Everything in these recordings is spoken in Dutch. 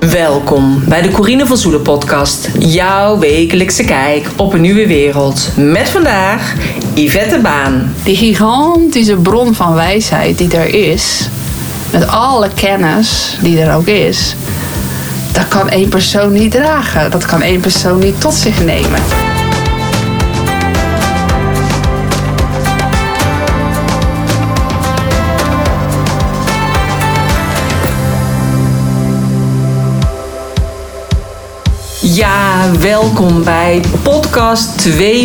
Welkom bij de Corine van Zoelen podcast. Jouw wekelijkse kijk op een nieuwe wereld. Met vandaag Yvette Baan. Die gigantische bron van wijsheid die er is, met alle kennis die er ook is, dat kan één persoon niet dragen. Dat kan één persoon niet tot zich nemen. Ja, welkom bij podcast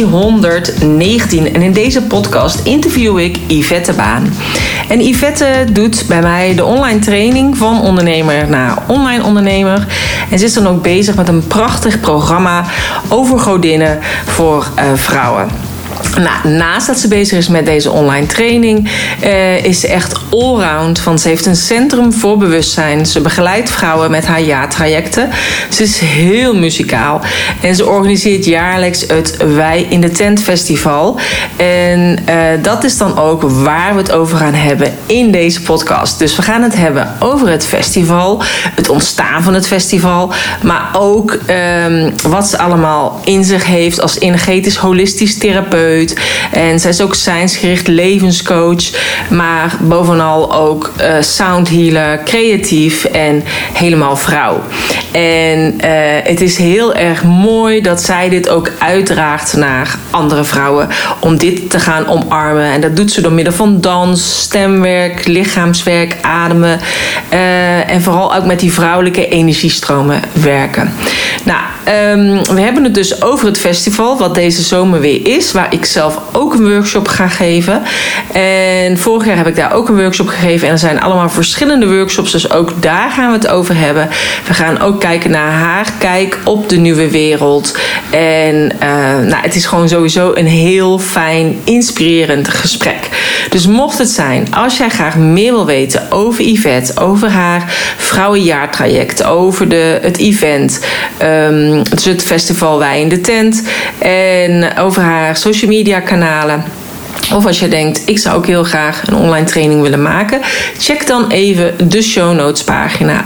219. En in deze podcast interview ik Yvette Baan. En Yvette doet bij mij de online training van ondernemer naar online ondernemer. En ze is dan ook bezig met een prachtig programma over godinnen voor vrouwen. Nou, naast dat ze bezig is met deze online training, is ze echt allround. Want ze heeft een centrum voor bewustzijn. Ze begeleidt vrouwen met haar jaartrajecten. Ze is heel muzikaal. En ze organiseert jaarlijks het Wij in de Tent Festival. En dat is dan ook waar we het over gaan hebben in deze podcast. Dus we gaan het hebben over het festival. Het ontstaan van het festival. Maar ook wat ze allemaal in zich heeft als energetisch holistisch therapeut. En zij is ook science-gericht levenscoach. Maar bovenal ook soundhealer, creatief en helemaal vrouw. En het is heel erg mooi dat zij dit ook uitdraagt naar andere vrouwen. Om dit te gaan omarmen. En dat doet ze door middel van dans, stemwerk, lichaamswerk, ademen. En vooral ook met die vrouwelijke energiestromen werken. Nou, we hebben het dus over het festival wat deze zomer weer is. Waar ik zelf ook een workshop ga geven. En vorig jaar heb ik daar ook een workshop gegeven. En er zijn allemaal verschillende workshops. Dus ook daar gaan we het over hebben. We gaan ook kijken naar haar kijk op de nieuwe wereld. En het is gewoon sowieso een heel fijn, inspirerend gesprek. Dus mocht het zijn, als jij graag meer wil weten over Yvette, over haar vrouwenjaartraject, over het event, dus het festival Wij in de Tent en over haar social media kanalen. Of als je denkt, ik zou ook heel graag een online training willen maken. Check dan even de show notes pagina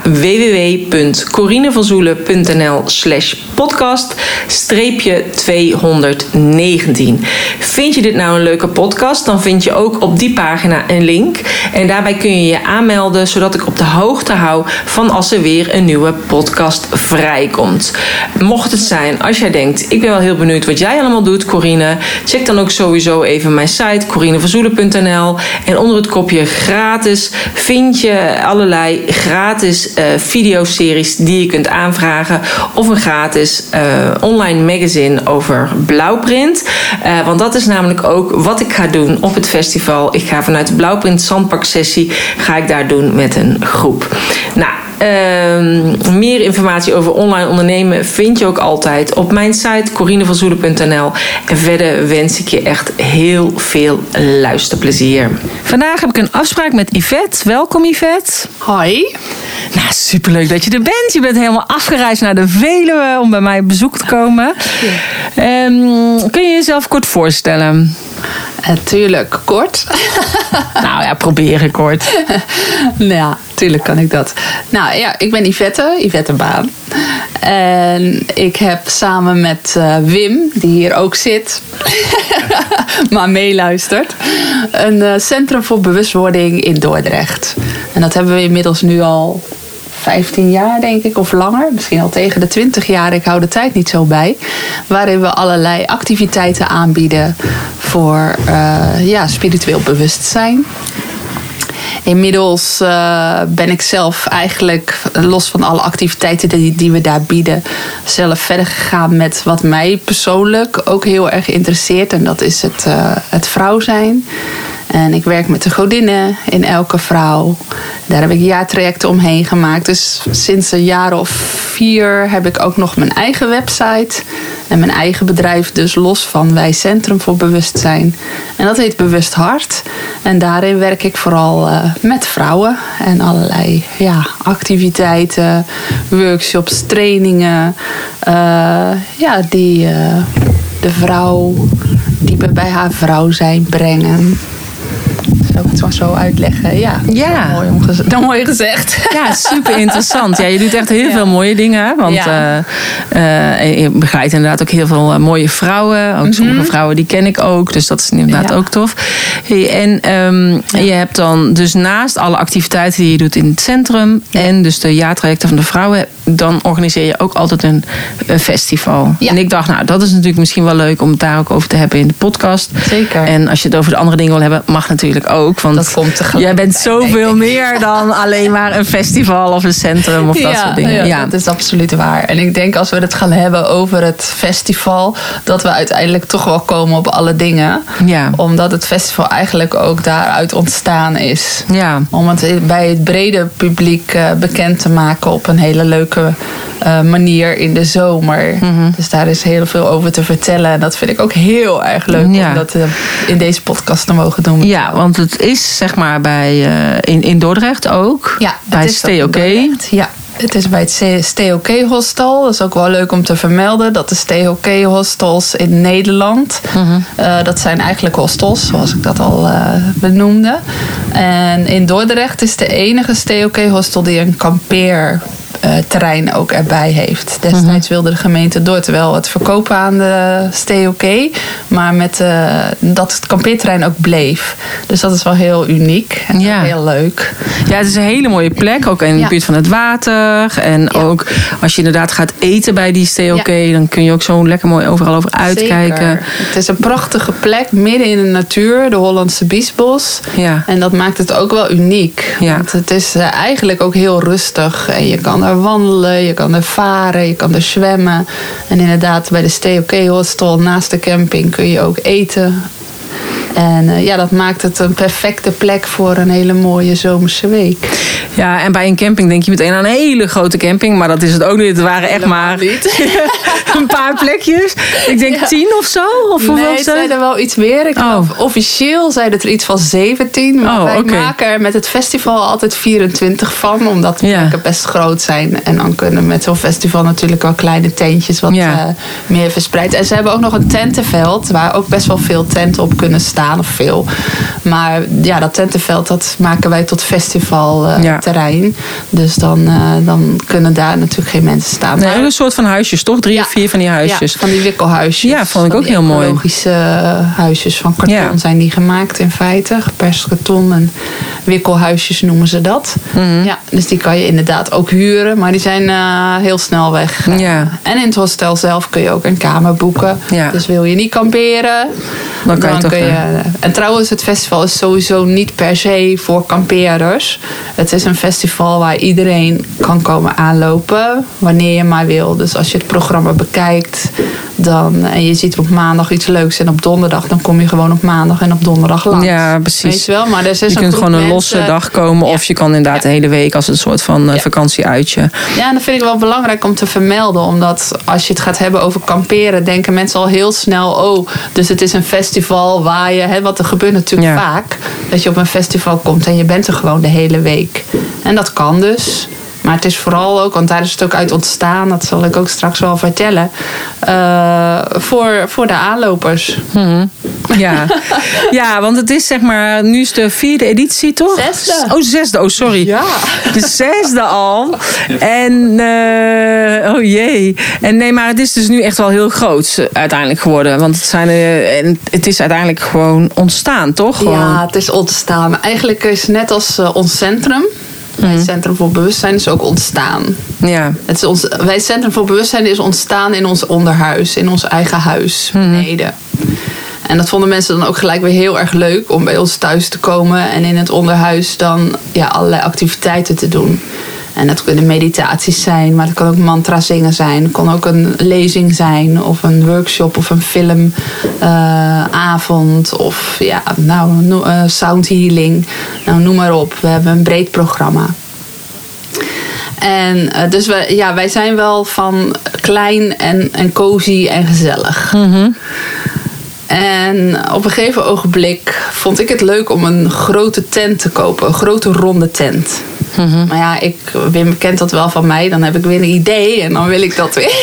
www.corinevanzoelen.nl/podcast-219. Vind je dit nou een leuke podcast? Dan vind je ook op die pagina een link. En daarbij kun je je aanmelden, zodat ik op de hoogte hou van als er weer een nieuwe podcast vrijkomt. Mocht het zijn, als jij denkt, ik ben wel heel benieuwd wat jij allemaal doet, Corine. Check dan ook sowieso even mijn site corinevanzoelen.nl. En onder het kopje gratis vind je allerlei gratis videoseries die je kunt aanvragen. Of een gratis online magazine over Blauwprint. Want dat is namelijk ook wat ik ga doen op het festival. Ik ga vanuit de Blauwprint Zandpak sessie ga ik daar doen met een groep. Nou, meer informatie over online ondernemen vind je ook altijd op mijn site corinevanzoelen.nl. En verder wens ik je echt heel veel luisterplezier. Vandaag heb ik een afspraak met Yvette. Welkom Yvette. Hoi. Nou, superleuk dat je er bent. Je bent helemaal afgereisd naar de Veluwe om bij mij op bezoek te komen. Ja. Kun je jezelf kort voorstellen? Tuurlijk, kort. Nou ja, proberen kort. Ja, tuurlijk kan ik dat. Nou ja, ik ben Yvette Baan. En ik heb samen met Wim, die hier ook zit, maar meeluistert, een centrum voor bewustwording in Dordrecht. En dat hebben we inmiddels nu al 15 jaar, denk ik, of langer. Misschien al tegen de 20 jaar, ik hou de tijd niet zo bij. Waarin we allerlei activiteiten aanbieden voor spiritueel bewustzijn. Inmiddels ben ik zelf eigenlijk, los van alle activiteiten die we daar bieden, zelf verder gegaan met wat mij persoonlijk ook heel erg interesseert. En dat is het vrouw zijn. En ik werk met de godinnen in elke vrouw. Daar heb ik jaartrajecten omheen gemaakt. Dus sinds een jaar of 4 heb ik ook nog mijn eigen website. En mijn eigen bedrijf dus los van Wij Centrum voor Bewustzijn. En dat heet Bewust Hart. En daarin werk ik vooral met vrouwen. En allerlei activiteiten, workshops, trainingen. Die de vrouw, die bij haar vrouw zijn brengen. Zou ik het zo uitleggen? Ja, mooi gezegd. Ja, super interessant. Ja, je doet echt heel veel mooie dingen. Hè? Want je begeleidt inderdaad ook heel veel mooie vrouwen. Ook sommige vrouwen die ken ik ook. Dus dat is inderdaad ook tof. Hey, en je hebt dan dus naast alle activiteiten die je doet in het centrum... en dus de jaartrajecten van de vrouwen... dan organiseer je ook altijd een festival. Ja. En ik dacht, nou, dat is natuurlijk misschien wel leuk... om het daar ook over te hebben in de podcast. Zeker. En als je het over de andere dingen wil hebben... mag natuurlijk ook. Want dat komt jij bent zoveel meer dan alleen maar een festival... of een centrum of dat soort dingen. Ja, dat is absoluut waar. En ik denk als we het gaan hebben over het festival... dat we uiteindelijk toch wel komen op alle dingen. Ja. Omdat het festival eigenlijk ook daaruit ontstaan is. Ja. Om het bij het brede publiek bekend te maken op een hele leuke manier in de zomer. Dus daar is heel veel over te vertellen. En dat vind ik ook heel erg leuk om dat in deze podcast te mogen doen. Ja, want het is zeg maar in Dordrecht ook. Ja, bij Stay OK. Ja. Het is bij het Stay OK Hostel. Dat is ook wel leuk om te vermelden. Dat de Stay OK Hostels in Nederland... dat zijn eigenlijk hostels, zoals ik dat al benoemde. En in Dordrecht is de enige Stay OK Hostel... die een kampeerterrein ook erbij heeft. Destijds wilde de gemeente Dordrecht wel het verkopen aan de Stay OK... maar dat het kampeerterrein ook bleef. Dus dat is wel heel uniek en heel leuk. Ja, het is een hele mooie plek, ook in de buurt van het water. En ook als je inderdaad gaat eten bij die Stay OK... dan kun je ook zo lekker mooi overal over uitkijken. Zeker. Het is een prachtige plek, midden in de natuur, de Hollandse Biesbos. Ja. En dat maakt het ook wel uniek. Ja. Want het is eigenlijk ook heel rustig. En je kan er wandelen, je kan er varen, je kan er zwemmen. En inderdaad, bij de Stay OK Hostel naast de camping kun je ook eten. En dat maakt het een perfecte plek voor een hele mooie zomerse week. Ja, en bij een camping denk je meteen aan een hele grote camping. Maar dat is het ook niet. Het waren echt maar een paar plekjes. Ik denk 10 of zo. Of nee, het zijn er wel iets meer. Ik geloof, officieel zijn het er iets van 17. Maar wij maken er met het festival altijd 24 van. Omdat de plekken best groot zijn. En dan kunnen met zo'n festival natuurlijk wel kleine tentjes wat meer verspreid. En ze hebben ook nog een tentenveld. Waar ook best wel veel tenten op kunnen staan. Of veel. Maar dat tentenveld dat maken wij tot festivalterrein. Dus dan kunnen daar natuurlijk geen mensen staan. Nee, een soort van huisjes, toch? 3 of 4 van die huisjes. Ja, van die wikkelhuisjes. Ja, vond ik ook heel mooi. Ecologische huisjes van karton zijn die gemaakt in feite. Geperst karton en wikkelhuisjes noemen ze dat. Ja, dus die kan je inderdaad ook huren. Maar die zijn heel snel weg. Ja. En in het hostel zelf kun je ook een kamer boeken. Ja. Dus wil je niet kamperen... Dan kun je en trouwens, het festival is sowieso niet per se voor kampeerders. Het is een festival waar iedereen kan komen aanlopen wanneer je maar wil. Dus als je het programma bekijkt en je ziet op maandag iets leuks en op donderdag, dan kom je gewoon op maandag en op donderdag langs. Ja, precies. Weet je wel? Maar er je kunt gewoon een losse dag komen of je kan inderdaad de hele week als een soort van vakantieuitje. Ja, en dat vind ik wel belangrijk om te vermelden. Omdat als je het gaat hebben over kamperen, denken mensen al heel snel, dus het is een festival waar je, wat er gebeurt natuurlijk vaak, dat je op een festival komt en je bent er gewoon de hele week. En dat kan dus. Maar het is vooral ook, want daar is het ook uit ontstaan, dat zal ik ook straks wel vertellen, voor de aanlopers. Ja, want het is zeg maar, nu is de 4e editie, toch? 6e. 6e, sorry. Ja. De 6e al. En, jee. En nee, maar het is dus nu echt wel heel groot uiteindelijk geworden. Want het is uiteindelijk gewoon ontstaan, toch? Ja, het is ontstaan. Eigenlijk is het net als ons centrum. Het Centrum voor Bewustzijn is ook ontstaan. Ja. Het Centrum voor Bewustzijn is ontstaan in ons onderhuis, in ons eigen huis beneden. En dat vonden mensen dan ook gelijk weer heel erg leuk om bij ons thuis te komen en in het onderhuis dan allerlei activiteiten te doen. En dat kunnen meditaties zijn, maar dat kan ook mantra zingen zijn. Het kan ook een lezing zijn of een workshop of een filmavond of sound healing. Nou, noem maar op. We hebben een breed programma. En dus wij zijn wel van klein en cozy en gezellig. En op een gegeven ogenblik vond ik het leuk om een grote tent te kopen. Een grote ronde tent. Mm-hmm. Maar ja, Wim kent dat wel van mij. Dan heb ik weer een idee en dan wil ik dat weer.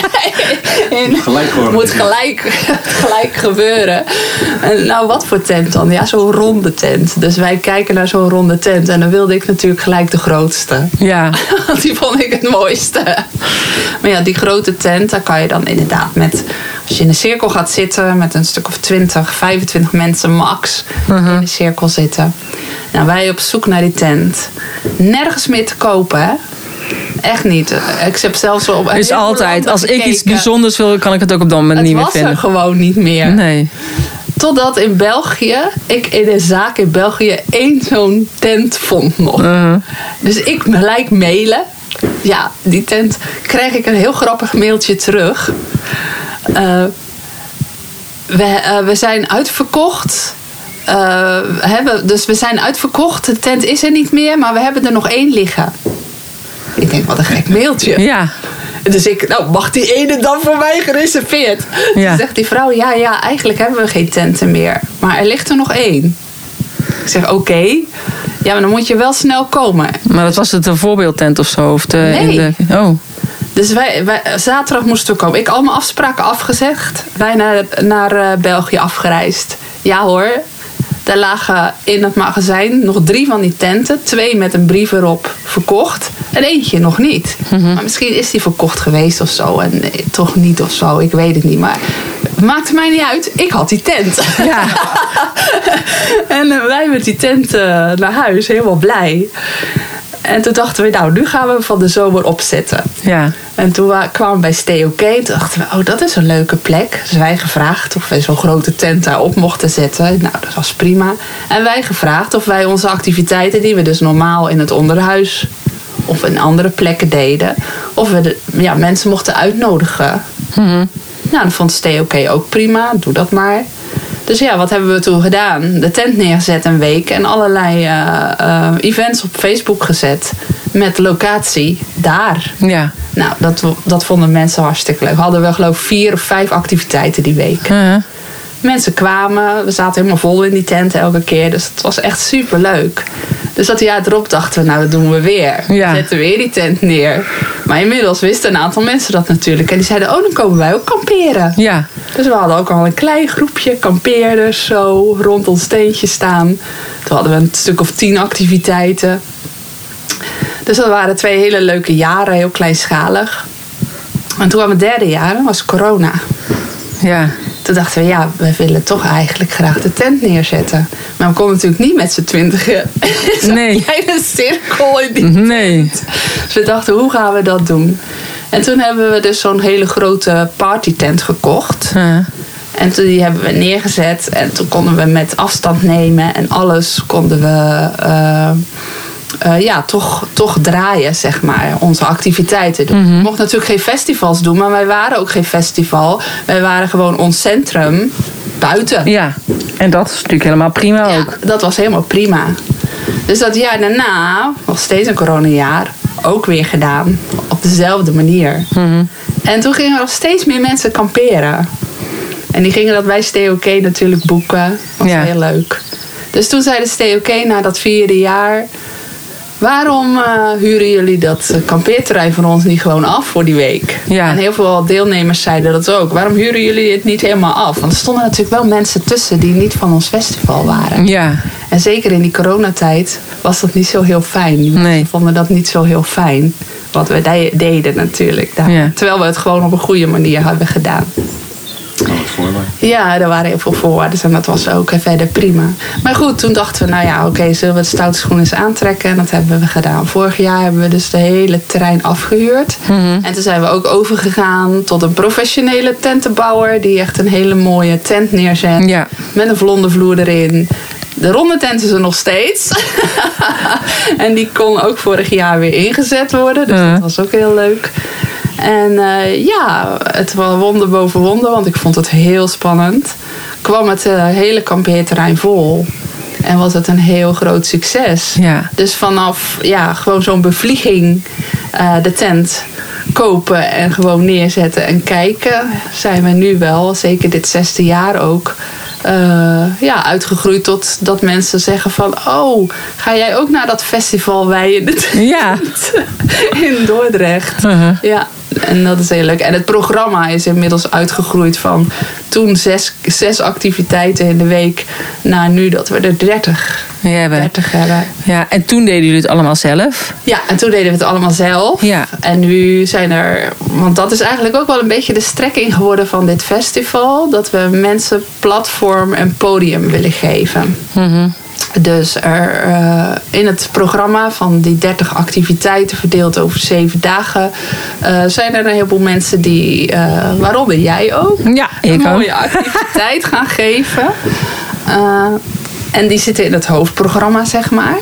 Moet gelijk gebeuren. En nou, wat voor tent dan? Ja, zo'n ronde tent. Dus wij kijken naar zo'n ronde tent. En dan wilde ik natuurlijk gelijk de grootste. Ja. Want die vond ik het mooiste. Maar ja, die grote tent, daar kan je dan inderdaad met... Als je in een cirkel gaat zitten met een stuk of 20, 25 mensen max in de cirkel zitten. Nou, wij op zoek naar die tent. Nergens meer te kopen, hè? Echt niet. Ik heb zelfs op. Dus altijd, als ik iets bijzonders wil, kan ik het ook op dat moment niet meer vinden. Het was er gewoon niet meer. Nee. Totdat in België, ik in een zaak in België 1 zo'n tent vond nog. Dus ik gelijk mailen. Ja, die tent krijg ik een heel grappig mailtje terug. We zijn uitverkocht. Dus we zijn uitverkocht. De tent is er niet meer, maar we hebben er nog 1 liggen. Ik denk, wat een gek mailtje. Ja. Dus mag die ene dan voor mij gereserveerd? Ja. Toen zegt die vrouw, ja, eigenlijk hebben we geen tenten meer. Maar er ligt er nog 1. Ik zeg, oké. Ja, maar dan moet je wel snel komen. Maar dat was het een voorbeeldtent of zo? Of nee. Oh. Dus wij zaterdag moesten we komen. Ik al mijn afspraken afgezegd. Wij naar België afgereisd. Ja hoor. Daar lagen in het magazijn nog 3 van die tenten. 2 met een brief erop verkocht. En eentje nog niet. Mm-hmm. Maar misschien is die verkocht geweest of zo. En toch niet of zo. Ik weet het niet. Maar het maakte mij niet uit. Ik had die tent. Ja. En wij met die tent naar huis. Helemaal blij. En toen dachten we, nu gaan we van de zomer opzetten. Ja. En toen kwamen we bij Stay OK. Toen dachten we, dat is een leuke plek. Dus wij gevraagd of wij zo'n grote tent daar op mochten zetten. Nou, dat was prima. En wij gevraagd of wij onze activiteiten, die we dus normaal in het onderhuis of in andere plekken deden, of we mensen mochten uitnodigen. Mm-hmm. Nou, dat vond Stay OK ook prima. Doe dat maar. Dus ja, wat hebben we toen gedaan? De tent neergezet een week en allerlei events op Facebook gezet. Met locatie daar. Ja. Nou, dat vonden mensen hartstikke leuk. Hadden we geloof ik 4 of 5 activiteiten die week. Uh-huh. Mensen kwamen, we zaten helemaal vol in die tent elke keer. Dus het was echt super leuk. Dus dat jaar erop dachten we, dat doen we weer. Ja. We zetten weer die tent neer. Maar inmiddels wisten een aantal mensen dat natuurlijk. En die zeiden, dan komen wij ook kamperen. Ja. Dus we hadden ook al een klein groepje kampeerders zo rond ons tentje staan. Toen hadden we een stuk of 10 activiteiten. Dus dat waren 2 hele leuke jaren, heel kleinschalig. En toen kwam het 3e jaar, dat was corona. Ja. Toen dachten we, we willen toch eigenlijk graag de tent neerzetten. Maar we konden natuurlijk niet met z'n 20 zo'n kleine cirkel in die tent. Dus we dachten, hoe gaan we dat doen? En toen hebben we dus zo'n hele grote partytent gekocht. En toen die hebben we neergezet. En toen konden we met afstand nemen. En alles konden we toch draaien, zeg maar. Onze activiteiten doen. Mm-hmm. We mochten natuurlijk geen festivals doen. Maar wij waren ook geen festival. Wij waren gewoon ons centrum buiten. Ja, en dat is natuurlijk helemaal prima ook. Dat was helemaal prima. Dus dat jaar daarna, nog steeds een coronajaar, ook weer gedaan. Op dezelfde manier. Mm-hmm. En toen gingen er nog steeds meer mensen kamperen. En die gingen dat bij Stay OK natuurlijk boeken. Dat was heel leuk. Dus toen zeiden Stay OK na dat 4e jaar, waarom huren jullie dat kampeerterrein van ons niet gewoon af voor die week? Ja. En heel veel deelnemers zeiden dat ook. Waarom huren jullie het niet helemaal af? Want er stonden natuurlijk wel mensen tussen die niet van ons festival waren. Ja. En zeker in die coronatijd was dat niet zo heel fijn. Die mensen vonden dat niet zo heel fijn. Wat we deden natuurlijk. Daar. Ja. Terwijl we het gewoon op een goede manier hadden gedaan. Ja, er waren heel veel voorwaarden en dat was ook verder prima. Maar goed, toen dachten we, zullen we de stoute schoen eens aantrekken? En dat hebben we gedaan. Vorig jaar hebben we dus de hele terrein afgehuurd. Mm-hmm. En toen zijn we ook overgegaan tot een professionele tentenbouwer die echt een hele mooie tent neerzet. Ja. Met een vlonde vloer erin. De ronde tent is er nog steeds. En die kon ook vorig jaar weer ingezet worden. Dus dat was ook heel leuk. En het was wonder boven wonder, want ik vond het heel spannend. Kwam het hele kampeerterrein vol. En was het een heel groot succes. Ja. Dus vanaf gewoon zo'n bevlieging de tent kopen en gewoon neerzetten en kijken, zijn we nu wel, zeker dit 6e jaar ook, uitgegroeid tot dat mensen zeggen van... oh, ga jij ook naar dat festival Wij in de Tent in Dordrecht? Ja, en dat is heel leuk. En het programma is inmiddels uitgegroeid van toen 6 activiteiten in de week... naar nu dat we er 30 hebben. Ja, en toen deden jullie het allemaal zelf? Ja, en toen deden we het allemaal zelf. Ja. En nu zijn er... Want dat is eigenlijk ook wel een beetje de strekking geworden van dit festival. Dat we mensen platform en podium willen geven. Mm-hmm. Dus in het programma van die 30 activiteiten verdeeld over 7 dagen... zijn er een heleboel mensen die, waaronder jij ook... een mooie activiteit gaan geven. En die zitten in het hoofdprogramma, zeg maar.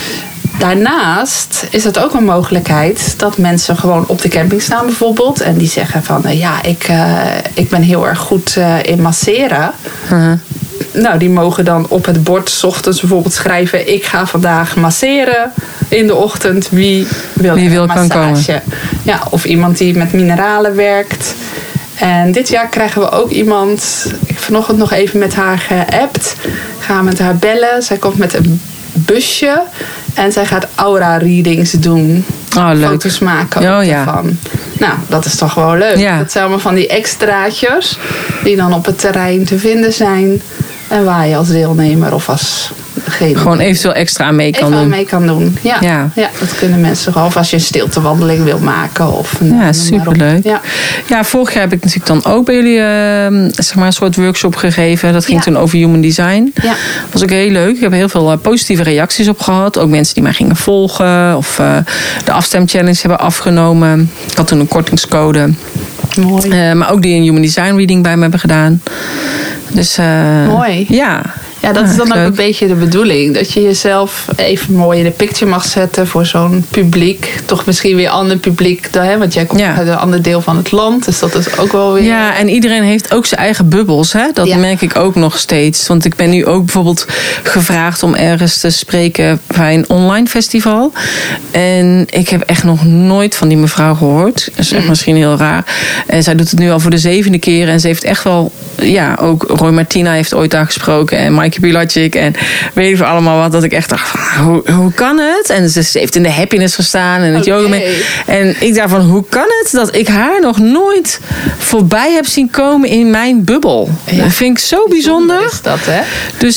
Daarnaast is het ook een mogelijkheid dat mensen gewoon op de camping staan bijvoorbeeld. En die zeggen van, ik ben heel erg goed in masseren. Uh-huh. Nou, die mogen dan op het bord 's ochtends bijvoorbeeld schrijven... ik ga vandaag masseren in de ochtend. Wie wil een massage? Komen. Ja, of iemand die met mineralen werkt. En dit jaar krijgen we ook iemand... Ik heb vanochtend nog even met haar geappt. Ga met haar bellen. Zij komt met een busje. En zij gaat aura-readings doen. Oh, leuk. Foto's maken ervan. Nou, dat is toch wel leuk. Ja. Dat zijn allemaal van die extraatjes... die dan op het terrein te vinden zijn... en waar je als deelnemer of als degene... Gewoon eventueel extra aan mee kan doen. Ja, dat kunnen mensen gewoon. Of als je een stiltewandeling wil maken. Of superleuk. Ja, vorig jaar heb ik natuurlijk dan ook bij jullie een soort workshop gegeven. Dat ging toen over human design. Ja. Dat was ook heel leuk. Ik heb heel veel positieve reacties op gehad. Ook mensen die mij gingen volgen. Of de afstemchallenge hebben afgenomen. Ik had toen een kortingscode. Mooi. Maar ook die een human design reading bij me hebben gedaan. Dus, mooi. Ja, dat is dan ook een beetje de bedoeling. Dat je jezelf even mooi in de picture mag zetten voor zo'n publiek. Toch misschien weer ander publiek. Want jij komt uit een ander deel van het land. Dus dat is ook wel weer... Ja, en iedereen heeft ook zijn eigen bubbels. Hè? Dat merk ik ook nog steeds. Want ik ben nu ook bijvoorbeeld gevraagd om ergens te spreken bij een online festival. En ik heb echt nog nooit van die mevrouw gehoord. Dat is echt misschien heel raar. En zij doet het nu al voor de 7e keer. En ze heeft echt wel... Ja, ook Roy Martina heeft ooit daar gesproken. En Maaike Pilatschik. En weet ik voor allemaal wat. Dat ik echt dacht, hoe kan het? En ze heeft in de happiness gestaan. En het yoga. En ik dacht van, hoe kan het dat ik haar nog nooit voorbij heb zien komen in mijn bubbel? Ja. Dat vind ik zo bijzonder. Is dat, hè? Dus,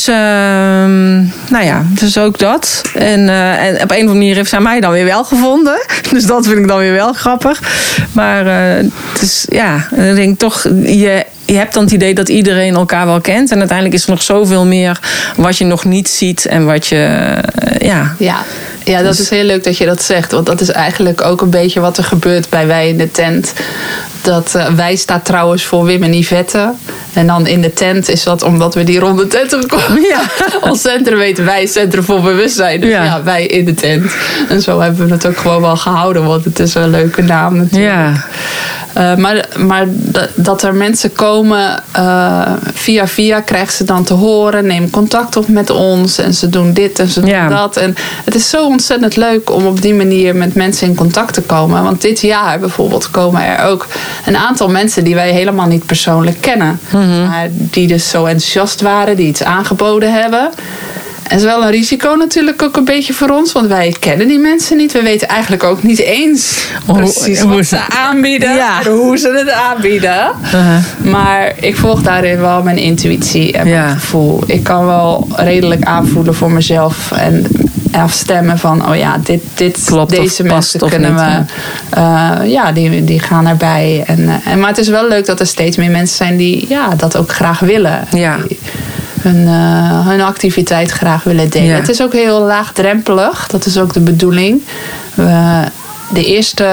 dus ook dat. En op een of andere manier heeft zij mij dan weer wel gevonden. Dus dat vind ik dan weer wel grappig. Maar het is, dan denk ik toch, je hebt dan het idee dat iedereen elkaar wel kent. En uiteindelijk is er nog zoveel meer wat je nog niet ziet. En wat je, Ja, dat is heel leuk dat je dat zegt. Want dat is eigenlijk ook een beetje wat er gebeurt bij Wij in de Tent. Dat Wij staat trouwens voor Wim en Yvette. En dan in de tent is dat omdat we die ronde tent gekomen. Ja. Als centrum weten wij Centrum voor Bewustzijn. Dus Wij in de Tent. En zo hebben we het ook gewoon wel gehouden. Want het is een leuke naam natuurlijk. Ja. Maar dat er mensen komen via krijgen ze dan te horen. Neem contact op met ons. En ze doen dit en ze doen dat. En het is zo ontzettend leuk om op die manier met mensen in contact te komen. Want dit jaar bijvoorbeeld komen er ook een aantal mensen die wij helemaal niet persoonlijk kennen. Mm-hmm. Maar die dus zo enthousiast waren. Die iets aangeboden hebben. En is wel een risico natuurlijk ook een beetje voor ons. Want wij kennen die mensen niet. We weten eigenlijk ook niet eens precies wat ze aanbieden. Ja. En hoe ze het aanbieden. Uh-huh. Maar ik volg daarin wel mijn intuïtie en mijn gevoel. Ik kan wel redelijk aanvoelen voor mezelf. En afstemmen van, klopt, deze mensen kunnen we... die gaan erbij. Maar het is wel leuk dat er steeds meer mensen zijn die dat ook graag willen. Ja. Hun activiteit graag willen delen. Ja. Het is ook heel laagdrempelig. Dat is ook de bedoeling. De eerste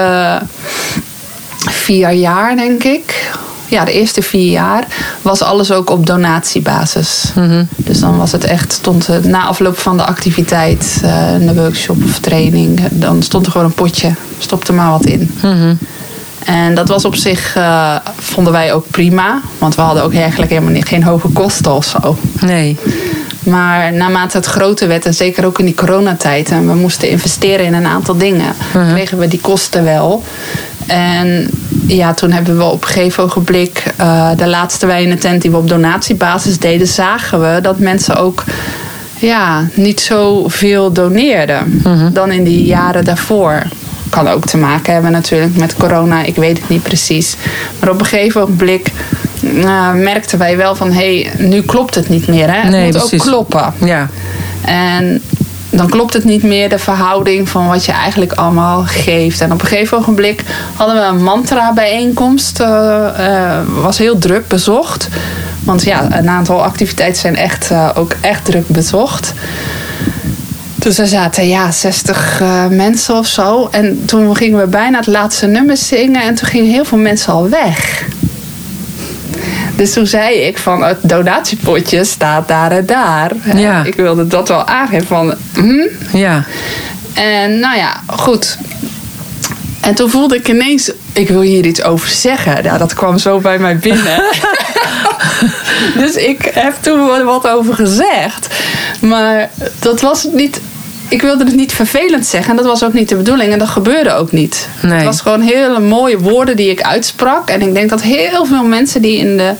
4 jaar, denk ik. Ja, de eerste 4 jaar was alles ook op donatiebasis. Mm-hmm. Dus dan was het echt, na afloop van de activiteit, een workshop of training, dan stond er gewoon een potje. Stop er maar wat in. Mm-hmm. En dat was op zich, vonden wij ook prima. Want we hadden ook eigenlijk helemaal geen hoge kosten of zo. Nee. Maar naarmate het groter werd, en zeker ook in die coronatijd, en we moesten investeren in een aantal dingen, kregen we die kosten wel. En toen hebben we op een gegeven ogenblik... de laatste Wij in de Tent die we op donatiebasis deden... zagen we dat mensen ook niet zoveel doneerden... dan in die jaren daarvoor. Kan ook te maken hebben natuurlijk met corona. Ik weet het niet precies. Maar op een gegeven ogenblik... merkten wij wel van... nu klopt het niet meer. Hè? Het moet precies ook kloppen. Ja. En... dan klopt het niet meer, de verhouding van wat je eigenlijk allemaal geeft. En op een gegeven ogenblik hadden we een mantra-bijeenkomst. Was heel druk bezocht. Want een aantal activiteiten zijn ook echt druk bezocht. Dus er zaten 60 mensen of zo. En toen gingen we bijna het laatste nummer zingen. En toen gingen heel veel mensen al weg. Dus toen zei ik van het donatiepotje staat daar en daar. Ja. Ik wilde dat wel aangeven van... Ja. En goed. En toen voelde ik ineens... ik wil hier iets over zeggen. Ja, dat kwam zo bij mij binnen. Dus ik heb toen wat over gezegd. Maar dat was niet... ik wilde het niet vervelend zeggen. En dat was ook niet de bedoeling. En dat gebeurde ook niet. Nee. Het was gewoon hele mooie woorden die ik uitsprak. En ik denk dat heel veel mensen die in de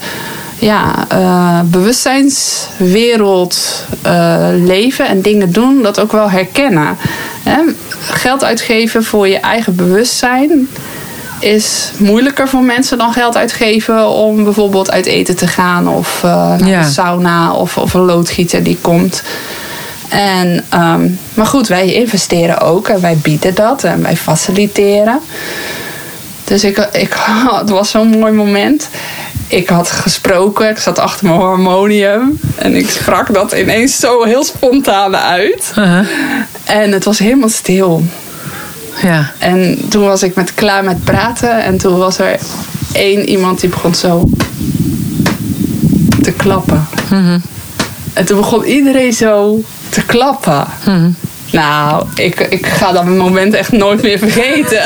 bewustzijnswereld leven en dingen doen, dat ook wel herkennen. Geld uitgeven voor je eigen bewustzijn is moeilijker voor mensen dan geld uitgeven om bijvoorbeeld uit eten te gaan of naar de sauna of een loodgieter die komt. Maar goed, wij investeren ook en wij bieden dat en wij faciliteren. Dus het was zo'n mooi moment. Ik had gesproken, ik zat achter mijn harmonium en ik sprak dat ineens zo heel spontaan uit. En het was helemaal stil. Ja. En toen was ik klaar met praten en toen was er iemand die begon zo te klappen. En toen begon iedereen zo te klappen. Nou, ik ga dat moment echt nooit meer vergeten.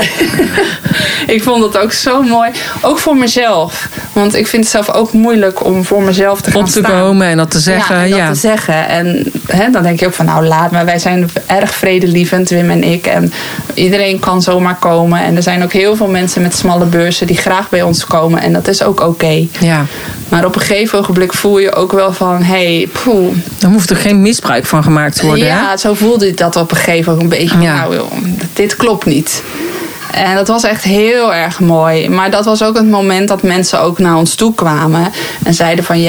Ik vond het ook zo mooi. Ook voor mezelf. Want ik vind het zelf ook moeilijk om voor mezelf te gaan staan. Op te komen en dat te zeggen. En dat te zeggen. En dan denk je ook van laat maar. Wij zijn erg vredelievend, Wim en ik. En iedereen kan zomaar komen. En er zijn ook heel veel mensen met smalle beurzen die graag bij ons komen. En dat is ook oké. Ja. Maar op een gegeven ogenblik voel je ook wel van... Er hoeft er geen misbruik van gemaakt te worden. Ja, zo voelde ik dat op een gegeven moment een beetje. Nou joh, dit klopt niet. En dat was echt heel erg mooi. Maar dat was ook het moment dat mensen ook naar ons toe kwamen. En zeiden van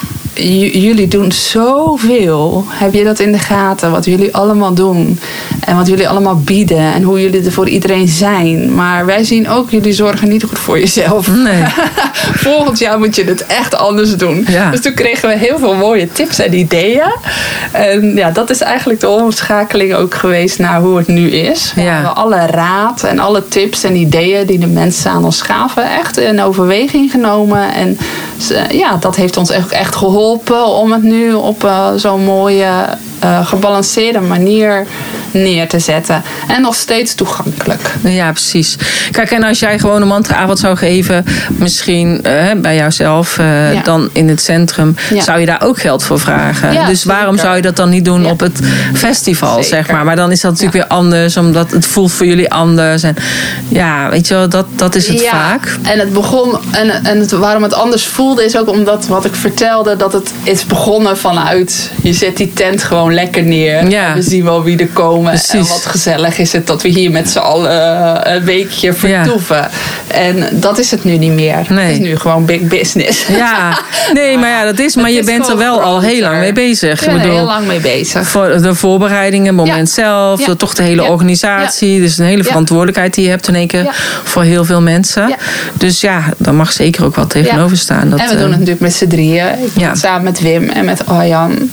jullie doen zoveel. Heb je dat in de gaten? Wat jullie allemaal doen. En wat jullie allemaal bieden. En hoe jullie er voor iedereen zijn. Maar wij zien ook, jullie zorgen niet goed voor jezelf. Nee. Volgend jaar moet je het echt anders doen. Ja. Dus toen kregen we heel veel mooie tips en ideeën. En dat is eigenlijk de omschakeling ook geweest naar hoe het nu is. We hebben alle raad en alle tips en ideeën die de mensen aan ons gaven echt in overweging genomen. En dat heeft ons echt geholpen om het nu op zo'n mooie gebalanceerde manier neer te zetten. En nog steeds toegankelijk. Ja, precies. Kijk, en als jij gewoon een mantraavond zou geven, misschien bij jouzelf, dan in het centrum, zou je daar ook geld voor vragen. Ja, dus waarom zeker. Zou je dat dan niet doen op het festival, zeker. Zeg maar. Maar dan is dat natuurlijk weer anders, omdat het voelt voor jullie anders. En weet je wel, dat is het vaak. En het begon, waarom het anders voelde, is ook omdat wat ik vertelde, dat het is begonnen vanuit, je zet die tent gewoon lekker neer. Ja. We zien wel wie er komen. Precies. En wat gezellig is het dat we hier met z'n allen een weekje vertoeven. Ja. En dat is het nu niet meer. Nee. Het is nu gewoon big business. Ja, nee, maar dat is. Maar je bent er wel al heel lang mee bezig. Ik ben er heel lang mee bezig. Voor de voorbereidingen, het moment zelf, toch de hele organisatie. Dus een hele verantwoordelijkheid die je hebt in één keer voor heel veel mensen. Ja. Dus daar mag zeker ook wat tegenover staan. Dat, en we doen het natuurlijk met z'n drieën. Ik doe het samen met Wim en met Arjan.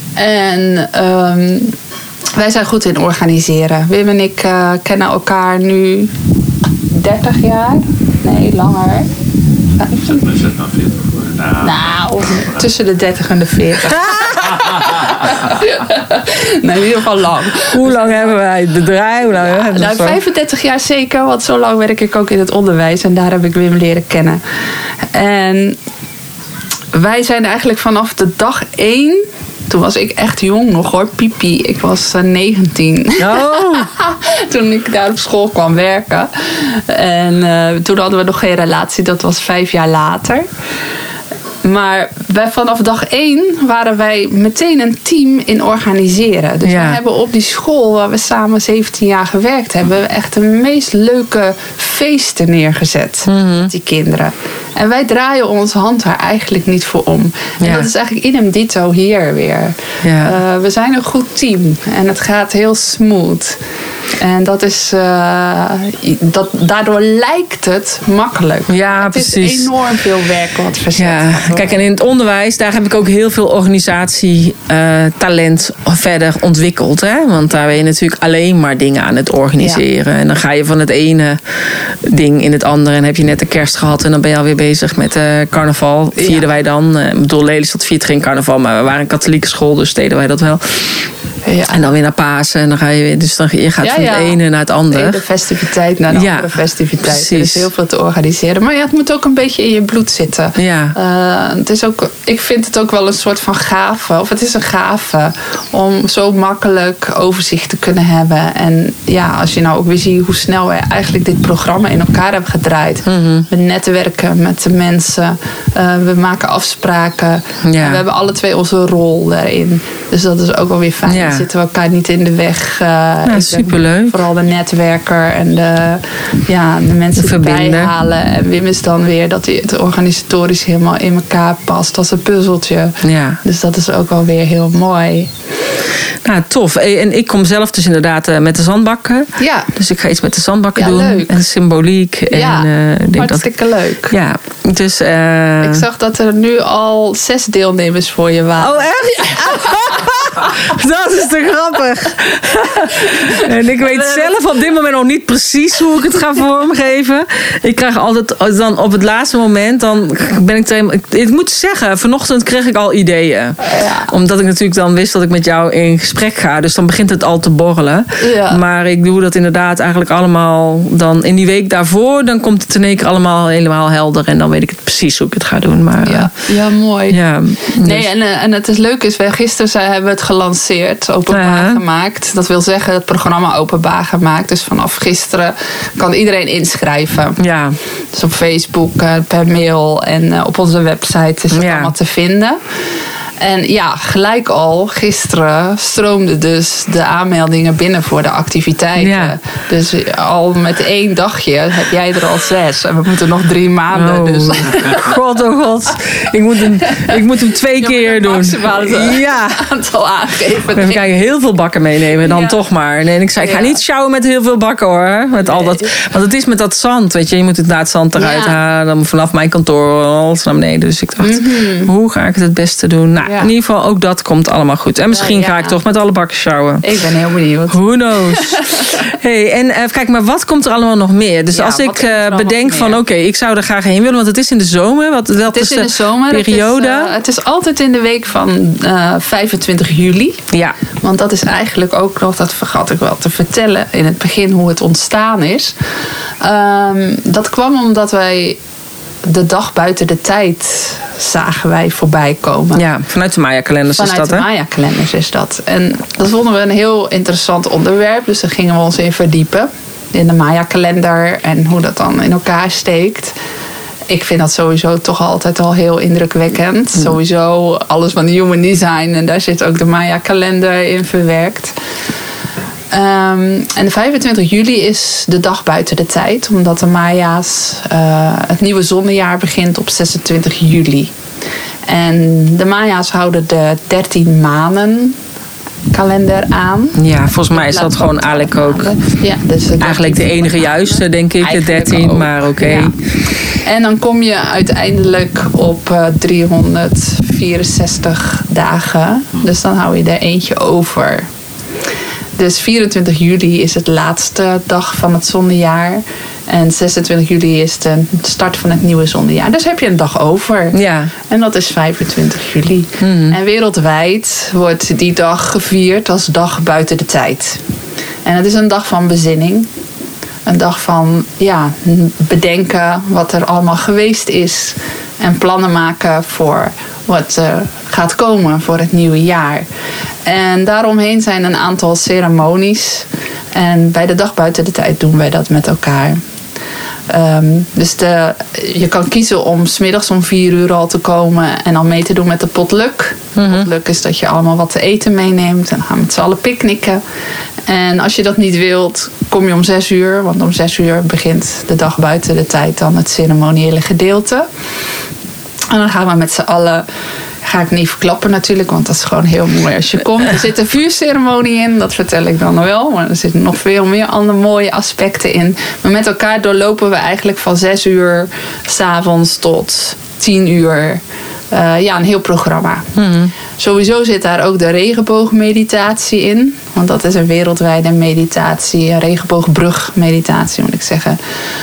En wij zijn goed in organiseren. Wim en ik kennen elkaar nu 30 jaar. Nee, langer. Zet maar 40 voor. Nou, tussen de 30 en de 40. Nou, in ieder geval lang. Hoe lang hebben wij de draai? 35 jaar zeker, want zo lang werk ik ook in het onderwijs. En daar heb ik Wim leren kennen. En wij zijn eigenlijk vanaf de dag 1... toen was ik echt jong nog hoor, pipi. Ik was 19. Oh. Toen ik daar op school kwam werken. En toen hadden we nog geen relatie. Dat was 5 jaar later. Maar vanaf dag 1 waren wij meteen een team in organiseren. Dus we hebben op die school waar we samen 17 jaar gewerkt hebben, echt de meest leuke feesten neergezet met die kinderen. En wij draaien onze hand daar eigenlijk niet voor om. En dat is eigenlijk idem dito hier weer. Ja. We zijn een goed team en het gaat heel smooth. En dat is, daardoor lijkt het makkelijk. Ja, het precies. Is enorm veel werk wat verzet. Ja. Kijk, en in het onderwijs, daar heb ik ook heel veel organisatietalent verder ontwikkeld. Hè? Want daar ben je natuurlijk alleen maar dingen aan het organiseren. Ja. En dan ga je van het ene ding in het andere. En heb je net de kerst gehad en dan ben je alweer bezig met carnaval. Vierden wij dan. Ik bedoel, Lelystad viert geen carnaval, maar we waren een katholieke school, dus deden wij dat wel. Ja. En dan weer naar Pasen. En dan ga je weer. Dus dan, je gaat van het ene naar het andere. De festiviteit naar de andere festiviteit. Precies. Er is heel veel te organiseren. Maar het moet ook een beetje in je bloed zitten. Ja. Het is ook, ik vind het ook wel een soort van gave. Of het is een gave om zo makkelijk overzicht te kunnen hebben. En ja, als je nou ook weer ziet hoe snel wij eigenlijk dit programma in elkaar hebben gedraaid. Mm-hmm. We netwerken met de mensen. We maken afspraken. Ja. En we hebben alle twee onze rol daarin. Dus dat is ook wel weer fijn. Ja. Zitten we elkaar niet in de weg. Superleuk. Vooral de netwerker en de mensen erbij halen. En Wim is dan weer dat het organisatorisch helemaal in elkaar past als een puzzeltje. Ja. Dus dat is ook wel weer heel mooi. Nou, tof. En ik kom zelf dus inderdaad met de zandbakken. Ja. Dus ik ga iets met de zandbakken doen. Leuk. En symboliek. Ja, hartstikke leuk. Ja, dus... Ik zag dat er nu al 6 deelnemers voor je waren. Oh, echt? Dat is te grappig. En ik weet zelf op dit moment nog niet precies hoe ik het ga vormgeven. Ik krijg altijd dan op het laatste moment, dan ben ik moet zeggen, vanochtend kreeg ik al ideeën. Ja. Omdat ik natuurlijk dan wist dat ik met jou in gesprek ga. Dus dan begint het al te borrelen. Ja. Maar ik doe dat inderdaad eigenlijk allemaal dan in die week daarvoor. Dan komt het in één keer allemaal helemaal helder. En dan weet ik het precies hoe ik het ga doen. Maar, ja, mooi. Ja, dus. Nee, en het is leuk is, gisteren hebben we het gelanceerd, openbaar gemaakt. Dat wil zeggen het programma openbaar gemaakt. Dus vanaf gisteren kan iedereen inschrijven. Ja. Dus op Facebook, per mail en op onze website is het allemaal te vinden. En ja, gelijk al, gisteren stroomden dus de aanmeldingen binnen voor de activiteiten. Ja. Dus al met 1 dagje heb jij er al 6. En we moeten nog 3 maanden. Oh. Dus. God, oh god. Ik moet hem 2 keer doen. Maximale aantal aangeven. Even kijken, heel veel bakken meenemen dan toch maar. En ik zei, ik ga niet sjouwen met heel veel bakken hoor. Met al dat, want het is met dat zand, weet je. Je moet het zand eruit halen. Dan vanaf mijn kantoor alles naar beneden. Dus ik dacht, hoe ga ik het beste doen? Nou, in ieder geval, ook dat komt allemaal goed. En misschien ga ik toch met alle bakken sjouwen. Ik ben heel benieuwd. Who knows? Hey, en kijk, maar wat komt er allemaal nog meer? Dus als ik bedenk van, oké, ik zou er graag heen willen. Want het is in de zomer. Het is in de zomerperiode. Het is altijd in de week van 25 juli. Ja. Want dat is eigenlijk ook nog, dat vergat ik wel te vertellen in het begin, hoe het ontstaan is. Dat kwam omdat wij de dag buiten de tijd zagen wij voorbij komen. Ja, vanuit de Maya-kalenders is dat, hè? Vanuit de Maya-kalenders is dat. En dat vonden we een heel interessant onderwerp. Dus daar gingen we ons in verdiepen. In de Maya-kalender en hoe dat dan in elkaar steekt. Ik vind dat sowieso toch altijd al heel indrukwekkend. Sowieso alles van human design. En daar zit ook de Maya-kalender in verwerkt. En 25 juli is de dag buiten de tijd. Omdat de Maya's het nieuwe zonnejaar begint op 26 juli. En de Maya's houden de 13 maanden kalender aan. Ja, volgens mij is dat gewoon eigenlijk ook dus eigenlijk de enige juiste, denk ik, de 13, ook. Maar oké. Ja. En dan kom je uiteindelijk op 364 dagen. Dus dan hou je er eentje over. Dus 24 juli is het laatste dag van het zonnejaar. En 26 juli is de start van het nieuwe zonnejaar. Dus heb je een dag over. Ja. En dat is 25 juli. Mm-hmm. En wereldwijd wordt die dag gevierd als dag buiten de tijd. En het is een dag van bezinning. Een dag van bedenken wat er allemaal geweest is. En plannen maken voor wat gaat komen voor het nieuwe jaar. En daaromheen zijn een aantal ceremonies. En bij de dag buiten de tijd doen wij dat met elkaar. Dus je kan kiezen om 's middags om 4 uur al te komen en al mee te doen met de potluck. Potluck is dat je allemaal wat te eten meeneemt en dan gaan we met z'n allen picknicken. En als je dat niet wilt, kom je om 6 uur. Want om 6 uur begint de dag buiten de tijd dan het ceremoniële gedeelte. En dan gaan we met z'n allen... Ga ik niet verklappen natuurlijk, want dat is gewoon heel mooi als je komt. Er zit een vuurceremonie in, dat vertel ik dan wel. Maar er zitten nog veel meer andere mooie aspecten in. Maar met elkaar doorlopen we eigenlijk van 6 uur 's avonds tot 10 uur... een heel programma. Sowieso zit daar ook de regenboogmeditatie in. Want dat is een wereldwijde meditatie. Een regenboogbrugmeditatie moet ik zeggen.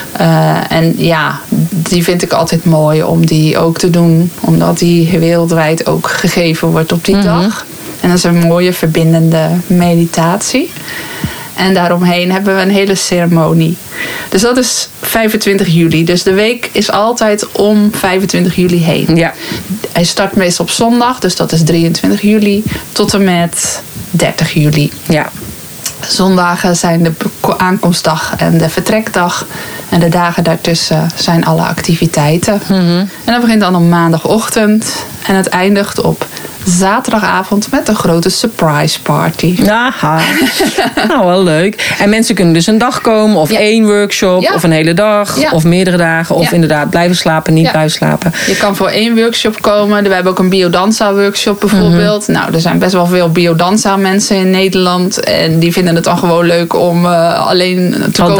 En ja, die vind ik altijd mooi om die ook te doen. Omdat die wereldwijd ook gegeven wordt op die dag. En dat is een mooie verbindende meditatie. En daaromheen hebben we een hele ceremonie. Dus dat is 25 juli. Dus de week is altijd om 25 juli heen. Ja. Hij start meestal op zondag, dus dat is 23 juli. Tot en met 30 juli. Ja. Zondagen zijn de aankomstdag en de vertrekdag. En de dagen daartussen zijn alle activiteiten. En dat begint dan op maandagochtend. En het eindigt op zaterdagavond met een grote surprise party. Aha. Nou, wel leuk. En mensen kunnen dus een dag komen, of 1 workshop, of een hele dag, of meerdere dagen, of inderdaad blijven slapen, niet blijven slapen. Je kan voor 1 workshop komen. We hebben ook een biodanza workshop bijvoorbeeld. Nou, er zijn best wel veel biodanza mensen in Nederland. En die vinden het dan gewoon leuk om alleen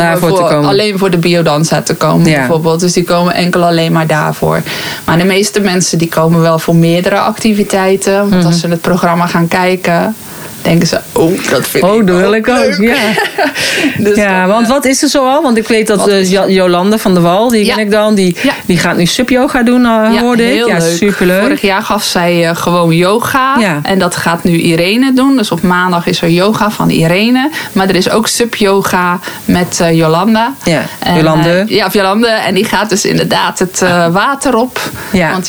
voor de biodanza te komen bijvoorbeeld. Dus die komen enkel alleen maar daarvoor. Maar de meeste mensen die komen wel voor meerdere activiteiten. Want als ze het programma gaan kijken, denken ze, dat vind ik ook dat wil ik ook, ja. Dus ja, want wat is er zoal? Want ik weet dat Jolande van der Wal, die ken ik dan, die gaat nu sub-yoga doen, hoorde ik. Ja, leuk. Superleuk. Vorig jaar gaf zij gewoon yoga. Ja. En dat gaat nu Irene doen. Dus op maandag is er yoga van Irene. Maar er is ook sub-yoga met Jolanda. Ja, Jolande. Jolande. En die gaat dus inderdaad het water op. Ja. Want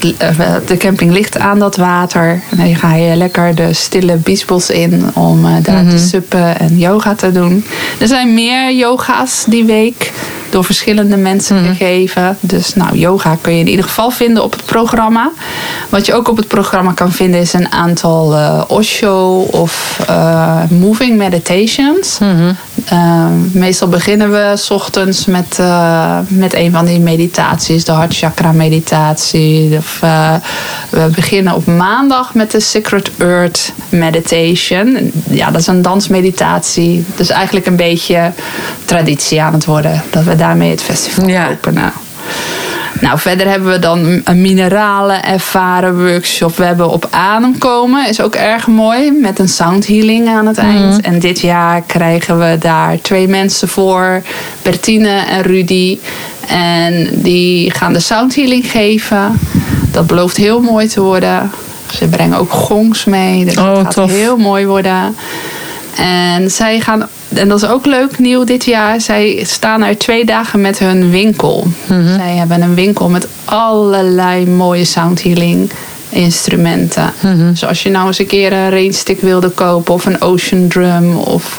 de camping ligt aan dat water. En dan ga je lekker de stille biesbos in om daar te suppen en yoga te doen. Er zijn meer yoga's die week door verschillende mensen gegeven. Dus yoga kun je in ieder geval vinden op het programma. Wat je ook op het programma kan vinden is een aantal Osho of moving meditations. Meestal beginnen we 's ochtends met een van die meditaties. De hartchakra meditatie. Of, we beginnen op maandag met de Sacred Earth meditation. Ja, dat is een dansmeditatie. Dus eigenlijk een beetje traditie aan het worden. Dat we daarmee het festival openen. Nou, verder hebben we dan een mineralen ervaren workshop. We hebben op adem komen. Is ook erg mooi. Met een sound healing aan het eind. En dit jaar krijgen we daar 2 mensen voor. Bertine en Rudy. En die gaan de sound healing geven. Dat belooft heel mooi te worden. Ze brengen ook gongs mee. Dus dat gaat tof. Heel mooi worden. En zij gaan... En dat is ook leuk, nieuw dit jaar. Zij staan er 2 dagen met hun winkel. Zij hebben een winkel met allerlei mooie soundhealing instrumenten. Dus als je nou eens een keer een rainstick wilde kopen, of een ocean drum, of